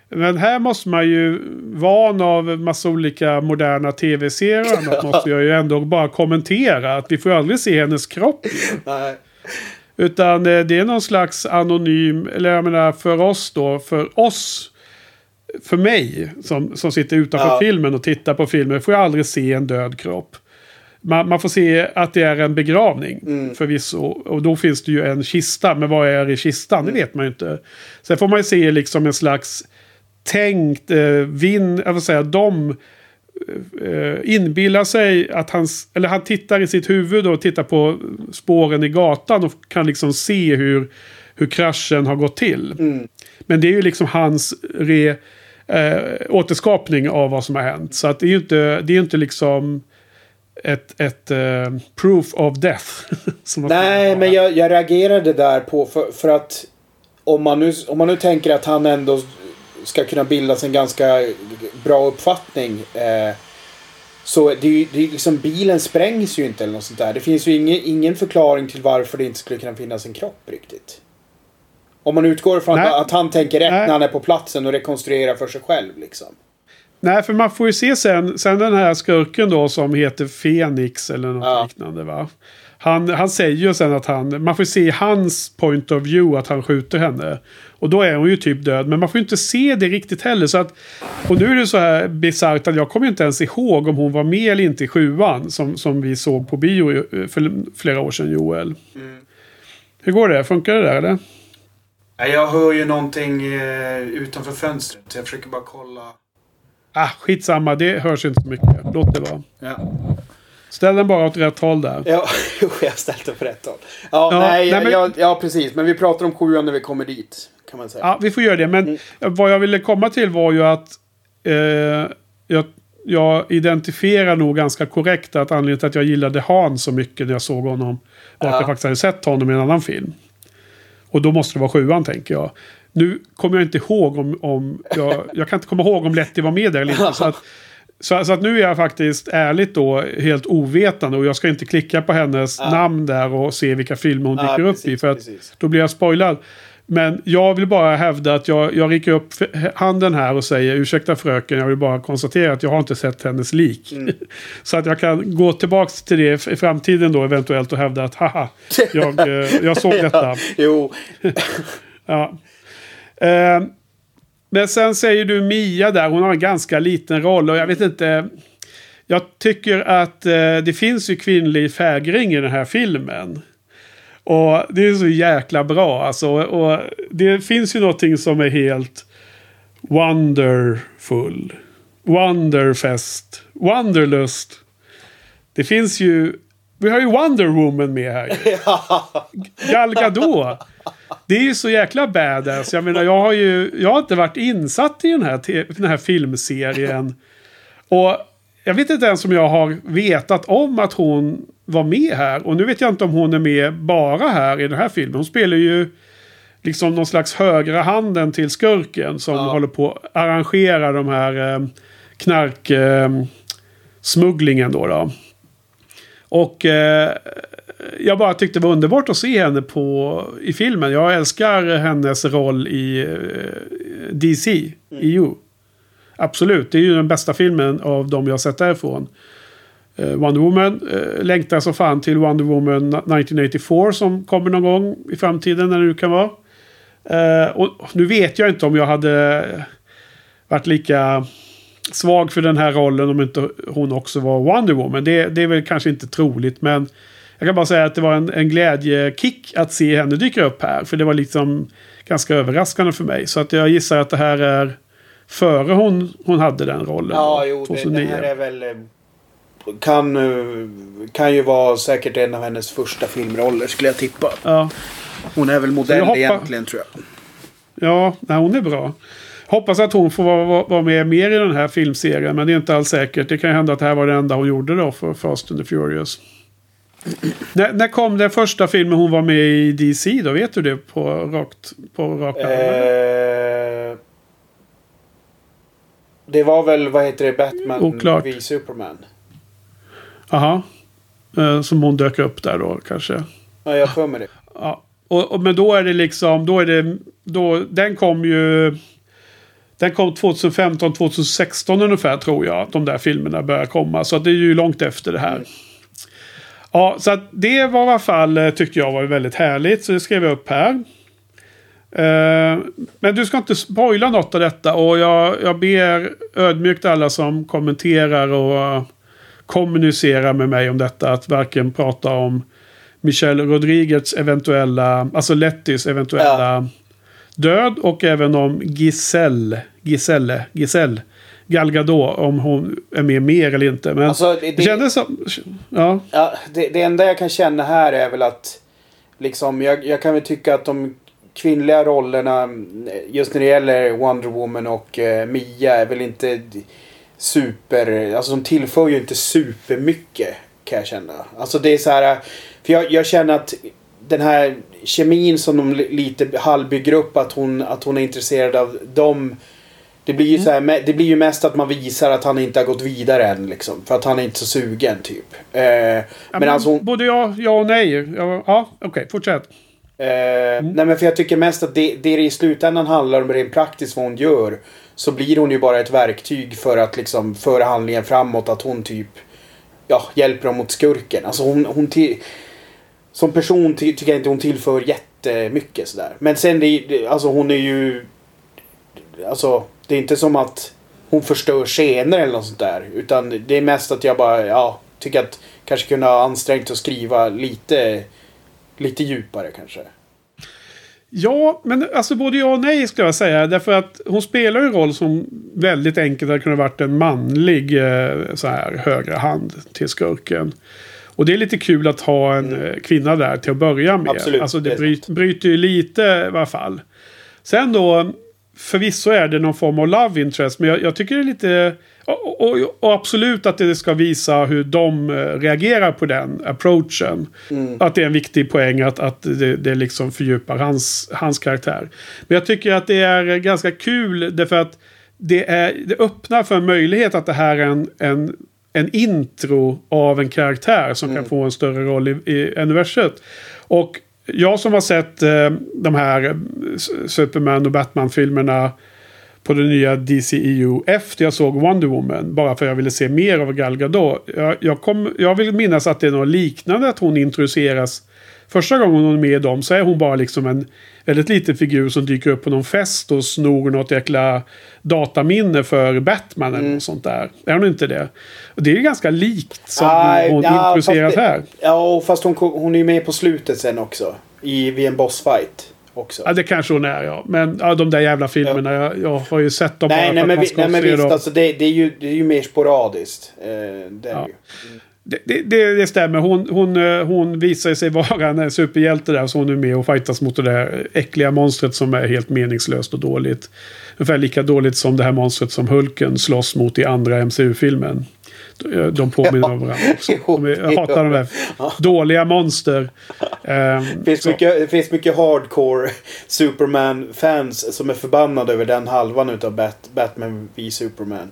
Men här måste man ju van av massa olika moderna tv-serier. Annat måste jag ju ändå bara kommentera. Att vi får aldrig se hennes kropp. Nej. Utan det är någon slags anonym, eller jag menar för oss då, för oss, för mig som, som sitter utanför ja. filmen och tittar på filmen, får jag aldrig se en död kropp. Man, man får se att det är en begravning mm. förvisso. Och då finns det ju en kista, men vad är i kistan? Mm. Det vet man ju inte. Sen får man ju se liksom en slags tänkt eh, vinn, jag vill säga, de eh, inbillar sig att han, eller han tittar i sitt huvud och tittar på spåren i gatan och kan liksom se hur, hur kraschen har gått till. Mm. Men det är ju liksom hans re, eh, återskapning av vad som har hänt. Så att det är ju inte, det är inte liksom ett, ett uh, proof of death. Nej, men jag, jag reagerade där på för, för att om man, nu, om man nu tänker att han ändå ska kunna bilda sig en ganska bra uppfattning eh, så det är ju det är liksom, bilen sprängs ju inte eller något sånt där. Det finns ju ingen, ingen förklaring till varför det inte skulle kunna finnas en kropp riktigt. Om man utgår från att, att han tänker rätt Nej. när han är på platsen och rekonstruerar för sig själv liksom. Nej, för man får ju se sen, sen den här skurken då som heter Phoenix eller något ja. liknande, va? Han, han säger ju sen att han, man får se hans point of view att han skjuter henne. Och då är hon ju typ död, men man får ju inte se det riktigt heller. Så att, och nu är det så här bisarrt att jag kommer inte ens ihåg om hon var med eller inte i sjuan som, som vi såg på bio för flera år sedan, Joel. Mm. Hur går det? Funkar det där eller? Jag hör ju någonting eh, utanför fönstret, så jag försöker bara kolla. Ah, skitsamma, det hörs inte så mycket. Låt det vara. Ja. Ställ den bara åt rätt håll där. Ja, jag har ställt den på rätt håll. Ja, ja nej, nej men... ja, ja, precis. Men vi pratar om sjuan när vi kommer dit, kan man säga. Ja, vi får göra det. Men mm. vad jag ville komma till var ju att eh, jag, jag identifierar nog ganska korrekt att anledningen till att jag gillade Han så mycket när jag såg honom var ja. att jag faktiskt hade sett honom i en annan film. Och då måste det vara sjuan, tänker jag. Nu kommer jag inte ihåg om... om jag, jag kan inte komma ihåg om Letty var med där eller inte. Så att, så, så att nu är jag faktiskt ärligt då helt ovetande. Och jag ska inte klicka på hennes ah. namn där och se vilka filmer hon ah, dyker precis, upp i. För att precis. Då blir jag spoilad. Men jag vill bara hävda att jag, jag ricker upp handen här och säger ursäkta fröken, jag vill bara konstatera att jag har inte sett hennes lik. Mm. Så att jag kan gå tillbaka till det i framtiden då eventuellt och hävda att haha, jag, jag såg detta. Ja, jo. Ja. Uh, men sen säger du Mia där, hon har en ganska liten roll och jag vet inte, jag tycker att uh, det finns ju kvinnlig fägring i den här filmen och det är så jäkla bra alltså, och det finns ju någonting som är helt wonderful, wonderfest, wonderlust. Det finns ju, vi har ju Wonder Woman med här. Gal Gadot. Det är ju så jäkla badass. Jag menar, jag har ju jag har inte varit insatt i den här, den här filmserien. Och jag vet inte ens om jag har vetat om att hon var med här. Och nu vet jag inte om hon är med bara här i den här filmen. Hon spelar ju liksom någon slags högra handen till skurken som ja. håller på att arrangera de här eh, knark eh, smugglingen då då. Och eh, jag bara tyckte det var underbart att se henne på, i filmen. Jag älskar hennes roll i eh, D C, mm. E U. Absolut, det är ju den bästa filmen av de jag har sett därifrån. Eh, Wonder Woman eh, längtar så fan till Wonder Woman nittonhundraåttiofyra som kommer någon gång i framtiden när det nu kan vara. Eh, och nu vet jag inte om jag hade varit lika svag för den här rollen om inte hon också var Wonder Woman. Det, det är väl kanske inte troligt, men jag kan bara säga att det var en, en glädjekick att se henne dyka upp här. För det var liksom ganska överraskande för mig. Så att jag gissar att det här är före hon, hon hade den rollen. Ja, jo, det, det här är väl kan, kan ju vara säkert en av hennes första filmroller skulle jag tippa. Ja. Hon är väl modell hoppa... egentligen, tror jag. Ja, nej, hon är bra. Hoppas att hon får vara, vara med mer i den här filmserien. Men det är inte alls säkert. Det kan hända att det här var det enda hon gjorde då för Fast and the Furious. när, när kom den första filmen hon var med i D C då? Vet du det på rakt på rakt eh, Det var väl, vad heter det, Batman Oklart. v Superman. Aha. Eh, som hon dök upp där då kanske. Ja, jag får med det. Ja. Och, och, men då är det liksom, då är det, då, den kom ju Den kom tjugohundrafemton tjugohundrasexton ungefär tror jag. De där filmerna börjar komma. Så att det är ju långt efter det här. Mm. Ja, så att det var i alla fall, tyckte jag var väldigt härligt. Så det skrev jag upp här. Uh, men du ska inte spoila något av detta. Och jag, jag ber ödmjukt alla som kommenterar och uh, kommunicerar med mig om detta. Att verkligen prata om Michelle Rodriguez eventuella, alltså Lettys eventuella ja. död. Och även om Giselle, Giselle, Giselle. Gal Gadot, om hon är med mer eller inte. Men alltså, det, det kändes som... Ja. ja det, det enda jag kan känna här är väl att liksom, jag, jag kan väl tycka att de kvinnliga rollerna just när det gäller Wonder Woman och uh, Mia är väl inte super... Alltså de tillför ju inte supermycket kan jag känna. Alltså det är så här... För jag, jag känner att den här kemin som de lite halvbygger upp att hon, att hon är intresserad av dem. Det blir ju mm. så här, det blir ju mest att man visar att han inte har gått vidare än liksom. För att han är inte så sugen typ. Eh, ja, men, men alltså hon, både ja, ja och nej. Ja, ja okej, okay, fortsätt. Eh, mm. Nej men för jag tycker mest att det, det i slutändan handlar om rent praktiskt vad hon gör. Så blir hon ju bara ett verktyg för att liksom föra handlingen framåt. Att hon typ ja, hjälper dem mot skurken. Alltså hon, hon till, som person ty, tycker jag inte hon tillför jättemycket sådär. Men sen det, alltså hon är ju alltså det är inte som att hon förstör scener eller något sånt där. Utan det är mest att jag bara ja, tycker att kanske kunna ha ansträngt att skriva lite lite djupare kanske. Ja, men alltså både ja och nej ska jag säga. Därför att hon spelar en roll som väldigt enkelt hade kunnat varit en manlig så här högra hand till skurken. Och det är lite kul att ha en mm. kvinna där till att börja med. Absolut, alltså det, det bryter, bryter ju lite i alla fall. Sen då, förvisso är det någon form av love interest. Men jag, jag tycker det är lite... Och, och, och absolut att det ska visa hur de reagerar på den approachen. Mm. Att det är en viktig poäng att, att det, det liksom fördjupar hans, hans karaktär. Men jag tycker att det är ganska kul därför att det, är, det öppnar för en möjlighet att det här är en, en, en intro av en karaktär som mm. kan få en större roll i, i universet. Och jag som har sett eh, de här Superman och Batman-filmerna på den nya D C E U efter jag såg Wonder Woman. Bara för att jag ville se mer av Gal Gadot. Jag, jag, kom, jag vill minnas att det är något liknande att hon introduceras. Första gången hon är med dem så är hon bara liksom en väldigt liten figur som dyker upp på någon fest och snor något jäkla dataminne för Batman eller mm. något sånt där. Är hon inte det? Och det är ju ganska likt som Aj, hon ja, introduceras det, här. Ja, fast hon, hon är ju med på slutet sen också. I, vid en bossfight. Också. Ja, det kanske hon är, ja. Men ja, de där jävla filmerna, ja. jag, jag har ju sett dem nej, bara nej, för att men, man ska nej, men se visst, dem. alltså, det, det, är ju, det är ju mer sporadiskt. Eh, det, är ja. ju. Mm. Det, det, det, det stämmer. Hon, hon, hon visar sig vara en superhjälte där, så hon är med och fightas mot det där äckliga monstret som är helt meningslöst och dåligt. Ungefär lika dåligt som det här monstret som Hulken slåss mot i andra M C U-filmen. De påminner om varandra också. De, jag hatar de där dåliga monster. Um, det, finns mycket, det finns mycket hardcore Superman-fans som är förbannade över den halvan utav Bat, Batman v Superman.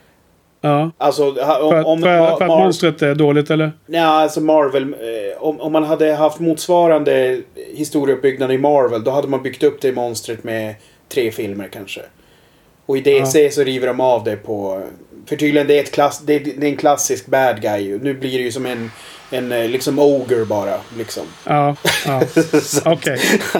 Ja. Alltså, om, för, om, för, Mar- för att monstret är dåligt, eller? Nej, alltså Marvel. Eh, om, om man hade haft motsvarande historieuppbyggnad i Marvel, då hade man byggt upp det monstret med tre filmer kanske. Och i D C ja. så river de av det på... För tydligen det är, ett klass, det är, det är en klassisk bad guy. Nu blir det ju som en, en liksom ogre bara. Liksom. Ja, ja. okej. Okay.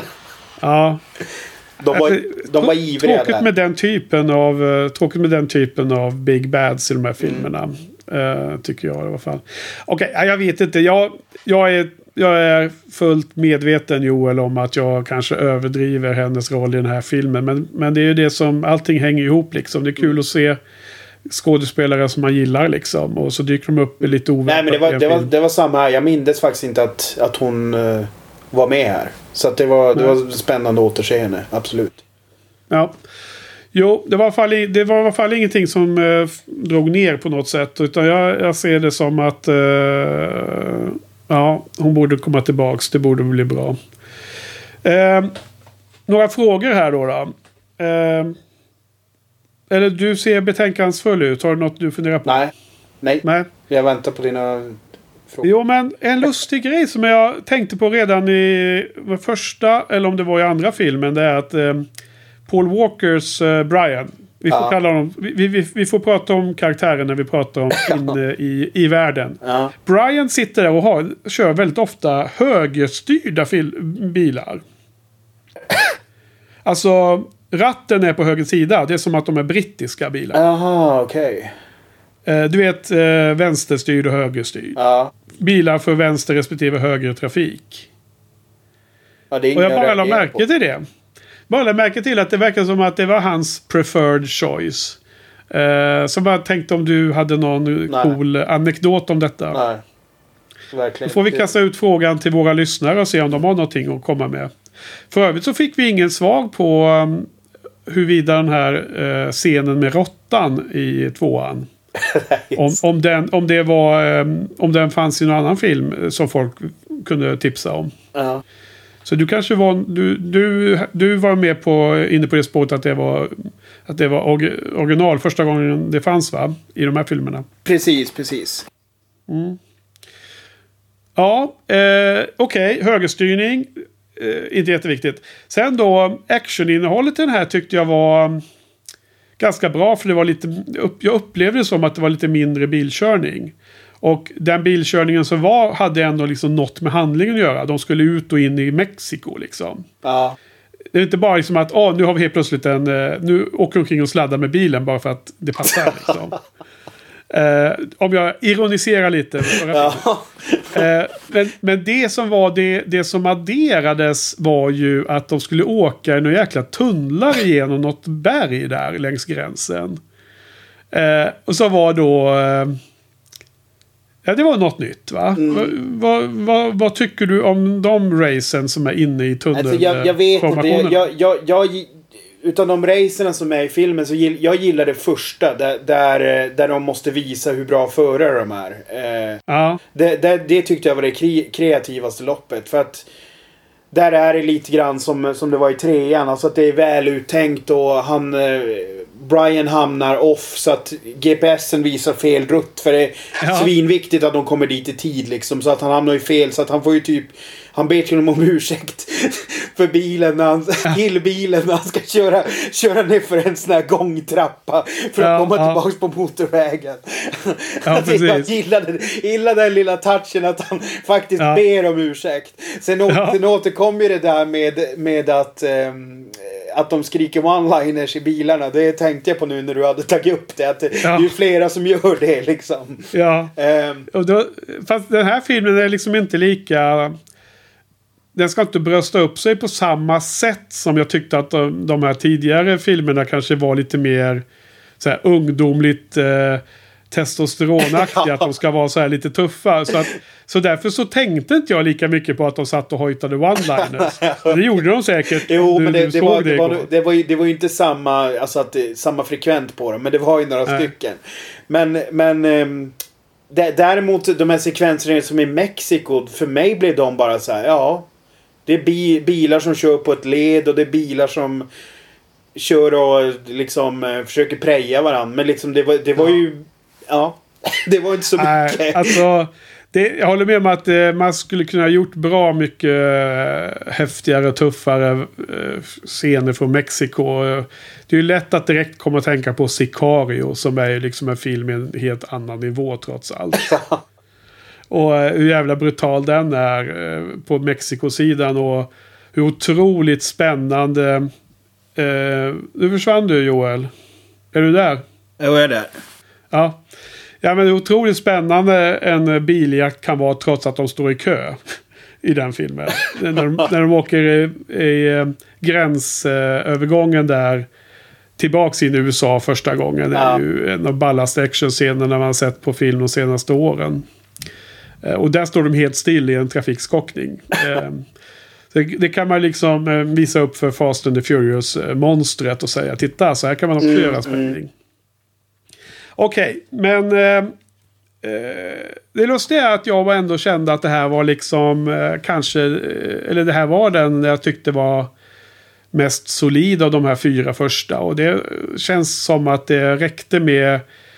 Ja. De var, de var ivriga tråkigt där. Med den typen av, uh, tråkigt med den typen av big bads i de här filmerna. Mm. Uh, tycker jag i alla fall. Okej, okay, jag vet inte. Jag, jag, är, jag är fullt medveten, Joel, om att jag kanske överdriver hennes roll i den här filmen. Men, men det är ju det som, allting hänger ihop liksom. Det är kul mm. att se skådespelare som man gillar liksom. Och så dyker de upp i lite oväntat. Nej, men det var, det var, det var samma här. Jag mindes faktiskt inte att, att hon uh, var med här. Så att det var, det var spännande att återse henne. Absolut. Ja. Jo, det var i alla fall, det var i alla fall ingenting som uh, drog ner på något sätt. Utan jag, jag ser det som att uh, ja, hon borde komma tillbaks. Det borde bli bra. Uh, några frågor här då. då. Uh, Eller du ser betänkansfull ut. Har du något du funderar på? Nej. Nej. Nej. Jag väntar på dina frågor. Jo, men en lustig grej som jag tänkte på redan i första, eller om det var i andra filmen, det är att eh, Paul Walkers eh, Brian, Vi får, ja. kalla dem, vi, vi, vi får prata om karaktären när vi pratar om inne i, i världen. Ja. Brian sitter där och har, kör väldigt ofta högerstyrda fil, bilar. Alltså, ratten är på höger sida. Det är som att de är brittiska bilar. Jaha, okej. Okay. Du vet, vänsterstyrd och högerstyrd. Ja. Bilar för vänster respektive höger trafik. Ja, det är och jag bara lade märke till det. Bara lade märke till att det verkar som att det var hans preferred choice. Uh, så bara tänkte om du hade någon Nej. cool anekdot om detta. Nej. Verkligen. Då får vi kasta ut frågan till våra lyssnare och se om de har någonting att komma med. För övrigt så fick vi ingen svar på um, huruvida den här uh, scenen med råttan i tvåan. om, om, den, om, det var, um, om den fanns i någon annan film som folk kunde tipsa om. Uh-huh. Så du kanske var du, du, du var med på inne på det spåret att det var att det var original första gången det fanns, va, i de här filmerna. Precis, precis. Mm. Ja, eh, okej, okay, högerstyrning eh, inte jätteviktigt. Sen då actioninnehållet i den här tyckte jag var ganska bra, för det var lite, jag upplevde det som att det var lite mindre bilkörning. Och den bilkörningen som var hade ändå liksom något med handlingen att göra. De skulle ut och in i Mexiko liksom. Ja. Det är inte bara liksom att åh, nu har vi helt plötsligt en... Nu åker omkring och sladdar med bilen bara för att det passar liksom. eh, om jag ironiserar lite. Ja. eh, men, men det som var det, det som adderades var ju att de skulle åka i några jäkla tunnlar igenom något berg där längs gränsen. Eh, och så var då... Eh, Ja, det var något nytt, va? Mm. Vad va, va, va tycker du om de racen som är inne i tunneln? Alltså, jag, jag vet inte. Jag, jag, jag, utan de racerna som är i filmen så gill, jag gillar det första. Där, där, där de måste visa hur bra förare de är. Eh, ja. det, det, det tyckte jag var det kre, kreativaste loppet. För att där är det lite grann som, som det var i trean. Alltså att det är väl uttänkt och han... Eh, Brian hamnar off så att G P S'en visar fel rutt, för det är ja. svinviktigt att de kommer dit i tid liksom, så att han hamnar i fel, så att han får ju typ han ber till honom om ursäkt för bilen när han, till bilen när han ska köra, köra ner för en sån här gångtrappa för att ja, komma ja. tillbaka på motorvägen. Ja, jag gillade, gillade den lilla touchen att han faktiskt ja. ber om ursäkt. Sen, å, ja. sen återkom ju det där med, med att um, att de skriker one-liners i bilarna. Det tänkte jag på nu när du hade tagit upp det. Att det ja. är flera som gör det liksom. Ja. Um, och då, fast den här filmen är liksom inte lika... Den ska inte brösta upp sig på samma sätt som jag tyckte att de, de här tidigare filmerna kanske var lite mer så här ungdomligt eh, testosteronaktiga. Ja. Att de ska vara så här lite tuffa. Så, att, så därför så tänkte inte jag lika mycket på att de satt och hojtade one-liners. Det gjorde de säkert. Jo, men det, det, var, det, var, det, var ju, det var ju inte samma, alltså att, samma frekvent på dem. Men det var ju några Nej. stycken. Men... men um, däremot de här sekvenserna som i Mexiko, för mig blev de bara så här, ja... Det är bi- bilar som kör på ett led och det är bilar som kör och liksom eh, försöker preja varandra. Men liksom det var, det var ju... Ja, det var inte så mycket. Nej, alltså, det, jag håller med om att eh, man skulle kunna ha gjort bra mycket eh, häftigare, tuffare eh, scener från Mexiko. Det är ju lätt att direkt komma att tänka på Sicario, som är liksom en film med en helt annan nivå trots allt. Och hur jävla brutal den är eh, på Mexikosidan, och hur otroligt spännande. Eh, nu försvann du, Joel. Är du där? Jag är där. Ja. Ja, men det är otroligt spännande en biljakt kan vara trots att de står i kö i den filmen. när, de, när de åker i, i gränsövergången där tillbaks in i U S A första gången. Det är ja. ju en av ballaste actionscenerna man har sett på film de senaste åren. Och där står de helt still i en trafikskockning. det, det kan man liksom visa upp för Fast and the Furious-monstret och säga, titta, så här kan man också mm, göra spänning. Mm. Okej, okay, men eh, det lustiga är att jag ändå kände att det här var liksom eh, kanske, eller det här var den jag tyckte var mest solid av de här fyra första. Och det känns som att det räckte med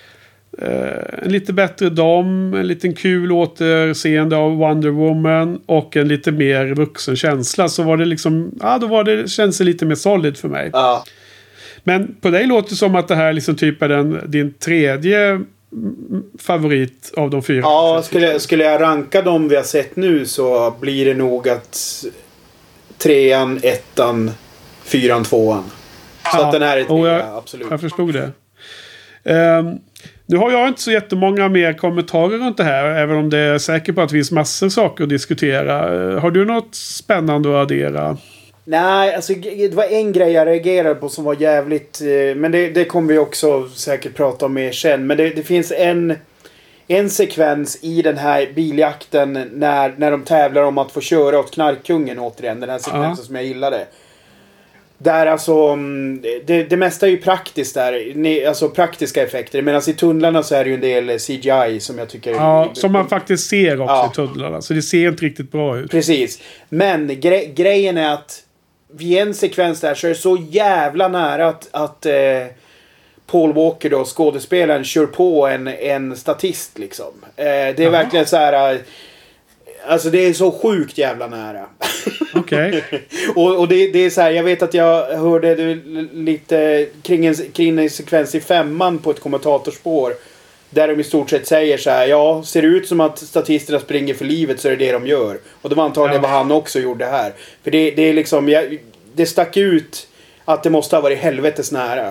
Uh, en lite bättre dom, en liten kul återseende av Wonder Woman och en lite mer vuxen känsla, så var det liksom, ja, då var det, känns det lite mer solid för mig. Ja. Men på dig låter det som att det här liksom typ är den, din tredje favorit av de fyra. Ja, skulle, skulle jag ranka dem vi har sett nu så blir det nog att trean, ettan, fyran, tvåan. Så ja, att den här är trea, jag, absolut. Jag förstod det. Um, nu har jag inte så jättemånga mer kommentarer runt det här, även om det är säkert på att det finns massor saker att diskutera. Uh, har du något spännande att addera? Nej, alltså det var en grej jag reagerade på som var jävligt... Men det, det kommer vi också säkert prata om mer sen. Men det, det finns en, en sekvens i den här biljakten när, när de tävlar om att få köra åt knarkkungen återigen. Den här sekvensen ja. som jag gillade. Där alltså... Det, det mesta är ju praktiskt där. Alltså praktiska effekter. Medan i tunnlarna så är det ju en del C G I som jag tycker... Ja, som man faktiskt ser också ja. i tunnlarna. Så det ser inte riktigt bra ut. Precis. Men gre- grejen är att vid en sekvens där så är det så jävla nära att, att eh, Paul Walker då, skådespelaren, kör på en, en statist liksom. Eh, det är Aha. verkligen så här... Eh, alltså det är så sjukt jävla nära. Okej. Okay. och och det, det är så här, jag vet att jag hörde det lite kring en, kring en sekvens i femman på ett kommentatorspår. Där de i stort sett säger så här: ja, ser det ut som att statisterna springer för livet så är det det de gör. Och det var antagligen ja. vad han också gjorde här. För det, det är liksom, jag, det stack ut att det måste ha varit helvetes nära.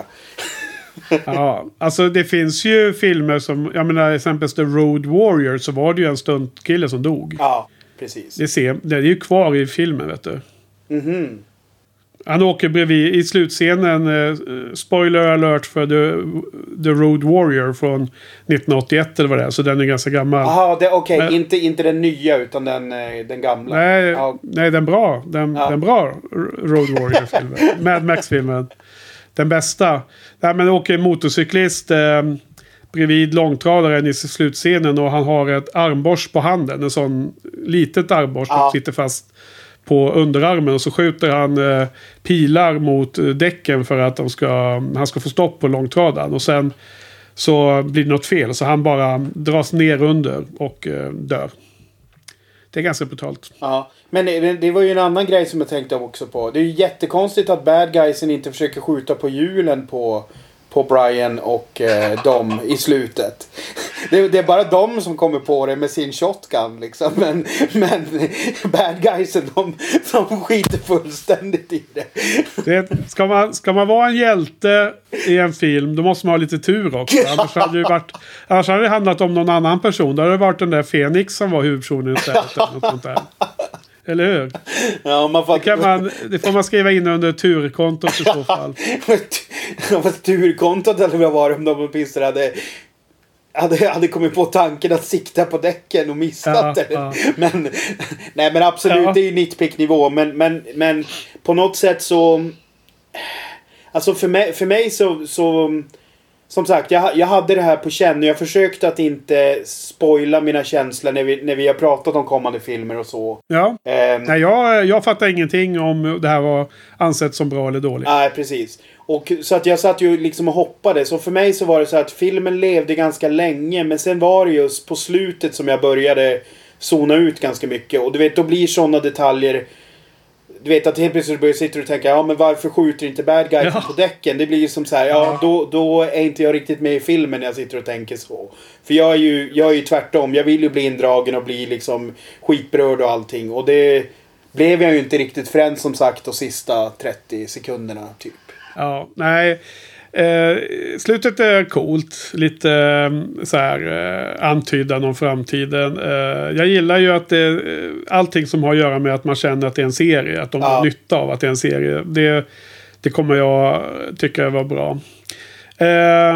Ja, alltså det finns ju filmer som, jag menar exempelvis The Road Warrior, så var det ju en stuntkille som dog. Ja, precis. Det, ser, det är ju kvar i filmen, vet du. Mhm. Han åker bredvid i slutscenen, eh, spoiler alert för The, The Road Warrior från nittonhundraåttioett eller vad det är, så den är ganska gammal. Jaha, okej, okay. inte, inte den nya utan den, den gamla. Nej, ja. nej den bra. Den, ja. den bra Road Warrior-filmen. Mad Max-filmen. Den bästa. Nej, men åker motorcyklist eh, bredvid långtradaren i slutscenen och han har ett armborst på handen. En sån litet armborst ja. som sitter fast på underarmen, och så skjuter han eh, pilar mot eh, däcken för att de ska, han ska få stopp på långtradaren, och sen så blir det något fel så han bara dras ner under och eh, dör. Det är ganska brutalt. Ja, men det, det var ju en annan grej som jag tänkte också på. Det är ju jättekonstigt att bad guysen inte försöker skjuta på hjulen på på Brian och eh, dem i slutet. Det, det är bara de som kommer på det med sin shotgun liksom. Men, men bad guysen, de, de skiter fullständigt i det. det ska, man, ska man vara en hjälte i en film, då måste man ha lite tur också. Ja. Annars hade det varit, annars hade det handlat om någon annan person. Då hade det varit den där Fenix som var huvudpersonen istället. Eller något sånt där. Eller hur? Ja, man får... det, kan man, det får man skriva in under turkontot i så fall. Turkontot eller vad var det om de åtminstone hade, hade, hade kommit på tanken att sikta på däcken och missat ja, det. Ja. Men, nej, men absolut, ja. det är ju nitpick-nivå. Men, men, men på något sätt så... Alltså för mig, för mig så... så som sagt, jag, jag hade det här på känn. Jag försökte att inte spoila mina känslor när vi, när vi har pratat om kommande filmer och så. Ja. Um, Nej, jag, jag fattar ingenting om det här var ansett som bra eller dåligt. Nej, precis. Och, så att jag satt ju liksom och hoppades. Och för mig så var det så att filmen levde ganska länge. Men sen var det just på slutet som jag började zona ut ganska mycket. Och du vet, då blir sådana detaljer... Du vet att helt plötsligt börjar sitta och tänka, ja men varför skjuter inte bad guys ja. på däcken? Det blir ju som så här, ja då, då är inte jag riktigt med i filmen när jag sitter och tänker så. För jag är ju, jag är ju tvärtom, jag vill ju bli indragen och bli liksom skitberörd och allting. Och det blev jag ju inte riktigt förrän som sagt de sista trettio sekunderna typ. Ja, nej... Eh, slutet är coolt. Lite eh, så här eh, antydan om framtiden. Eh, jag gillar ju att det, allting som har att göra med att man känner att det är en serie. Att de ja. har nytta av att det är en serie. Det, det kommer jag tycka var bra. Eh,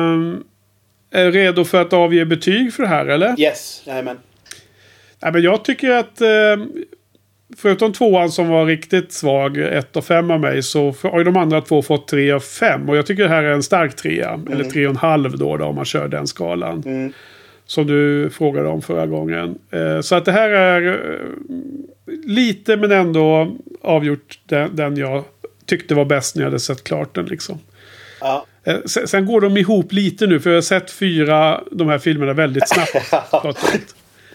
är du redo för att avge betyg för det här, eller? Yes, jajamän. Ja, men jag tycker att... Eh, förutom tvåan som var riktigt svag, ett och fem av mig, så har ju de andra två fått tre och fem. Och jag tycker det här är en stark trea. Mm. Eller tre och en halv då, då om man kör den skalan. Mm. Som du frågade om förra gången. Eh, så att det här är eh, lite men ändå avgjort den, den jag tyckte var bäst när jag hade sett klart den liksom. Ja. Eh, sen, sen går de ihop lite nu, för jag har sett fyra de här filmerna väldigt snabbt.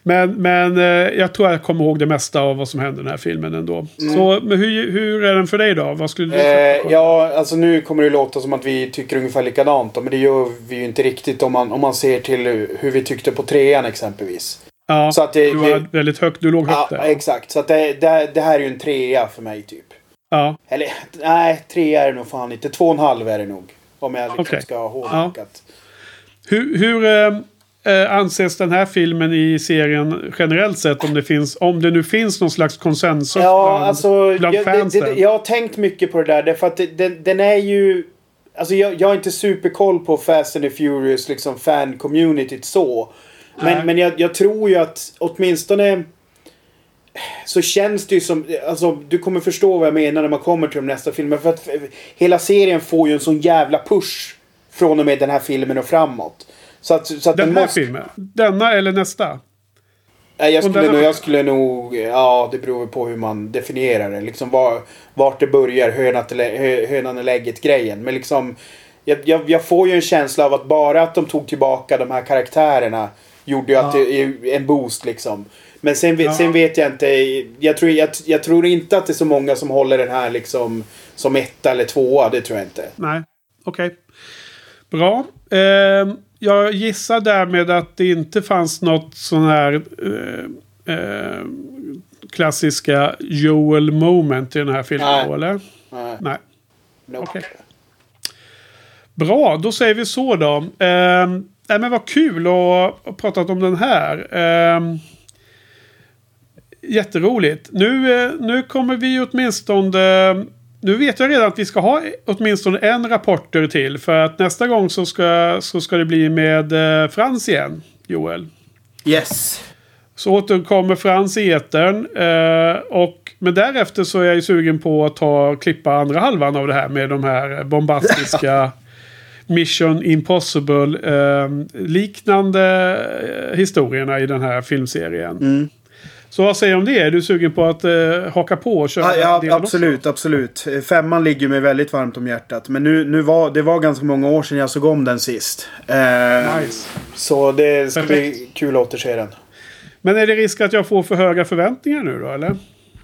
Men, men eh, jag tror jag kommer ihåg det mesta av vad som hände i den här filmen ändå. Mm. Så men hur, hur är den för dig då? Vad skulle du säga? Eh, ja, alltså nu kommer det låta som att vi tycker ungefär likadant då, men det gör vi ju inte riktigt om man, om man ser till hur vi tyckte på trean exempelvis. Ja, så att det, du var det, väldigt högt, du låg högt ja, där. exakt. Så att det, det, det här är ju en trea för mig typ. Ja. Eller, nej, tre är det nog fan inte. Två och en halv är det nog. Om jag liksom okay. ska ha hårdhackat. Ja. Hur, hur eh, anses den här filmen i serien generellt sett? Om det, finns, om det nu finns någon slags konsensus ja, bland, alltså, bland jag, fansen? Det, det, jag har tänkt mycket på det där. Därför att det, den, den är ju... Alltså jag, jag har inte superkoll på Fast and the Furious liksom fan-communityt så. Men, men jag, jag tror ju att åtminstone... Så känns det ju som... Alltså, du kommer förstå vad jag menar när man kommer till de nästa filmer. För att hela serien får ju en sån jävla push från och med den här filmen och framåt. Så att, så att den, den här måste... filmen? Denna eller nästa? Nej, jag skulle, nog, jag skulle nog... Ja, det beror på hur man definierar det. Liksom var, vart det börjar, hönan eller ägget grejen. Men liksom... Jag, jag, jag får ju en känsla av att bara att de tog tillbaka de här karaktärerna gjorde ju ja. att det är en boost liksom. Men sen, ja. sen vet jag inte... Jag tror, jag, jag tror inte att det är så många som håller den här liksom som etta eller tvåa. Det tror jag inte. Nej, okej. Okay. Bra. Eh, jag gissar därmed att det inte fanns något sån här eh, eh, klassiska Joel moment i den här filmen. Nej. Då, eller? Nej. Nej. Nope. Okej. Okay. Bra, då säger vi så då. Eh, nej, men vad kul att ha pratat om den här. Eh, jätteroligt. Nu, eh, nu kommer vi åtminstone... Nu vet jag redan att vi ska ha åtminstone en rapporter till. För att nästa gång så ska, så ska det bli med eh, Frans igen, Joel. Yes. Så återkommer Frans i etern. Eh, och, men därefter så är jag ju sugen på att ta klippa andra halvan av det här med de här bombastiska Mission Impossible eh, liknande historierna i den här filmserien. Mm. Så vad säger du om det? Är du sugen på att eh, haka på och köra? Ja, ja absolut, också? absolut. Femman ligger mig väldigt varmt om hjärtat. Men nu, nu var, det var ganska många år sedan jag såg om den sist. Eh, nice. Så det ska Perfekt. bli kul att återse den. Men är det risk att jag får för höga förväntningar nu då, eller?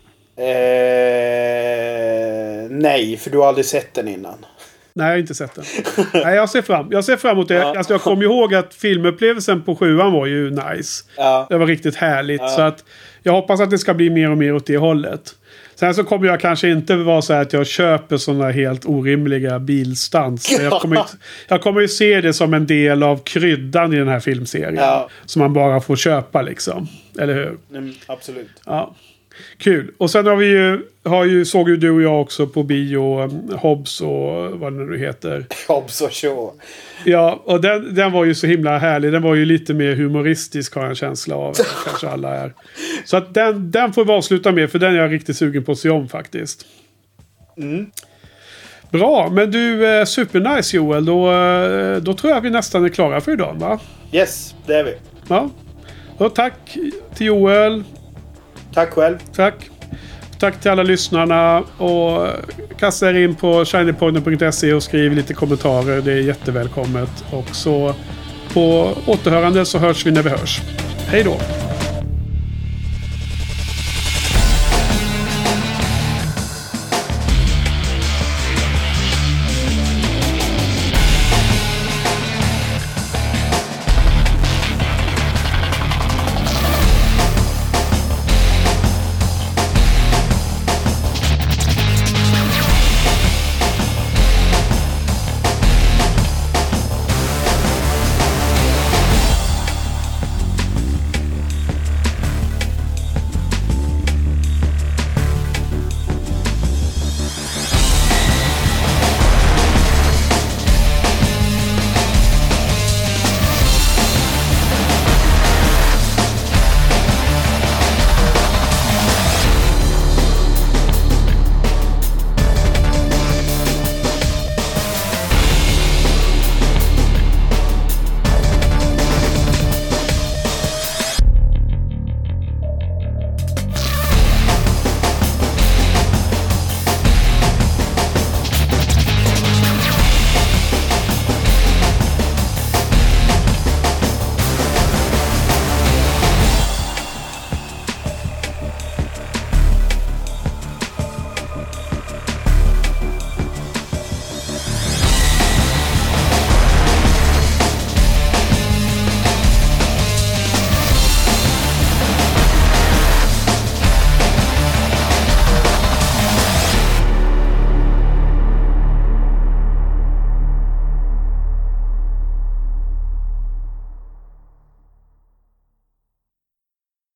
Eh, nej, för du har aldrig sett den innan. Nej, jag har inte sett den. Nej, jag ser fram, jag ser fram emot det. Ja. Alltså, jag kommer ihåg att filmupplevelsen på sjuan var ju nice. Ja. Det var riktigt härligt. Ja. Så att jag hoppas att det ska bli mer och mer åt det hållet. Sen så kommer jag kanske inte vara så här att jag köper sådana helt orimliga bilstans. Ja. Jag, kommer ju, jag kommer ju se det som en del av kryddan i den här filmserien. Ja. Som man bara får köpa liksom. Eller hur? Mm, absolut. Ja. Kul. Och sen har vi ju, har ju, såg ju du och jag också på bio um, Hobbs och vad det nu heter. Hobbs och Shaw. Ja, och den, den var ju så himla härlig. Den var ju lite mer humoristisk har jag en känsla av. Kanske alla är. Så att den, den får vi avsluta med, för den är jag riktigt sugen på att se om faktiskt. Mm. Bra, men du, eh, supernice Joel. Då, eh, då tror jag vi nästan är klara för idag, va? Yes, det är vi. Ja. Och tack till Joel. Tack själv. Tack. Tack till alla lyssnarna. Och kasta er in på shinypodden punkt se och skriv lite kommentarer. Det är jättevälkommet. Och så på återhörande så hörs vi när vi hörs. Hej då.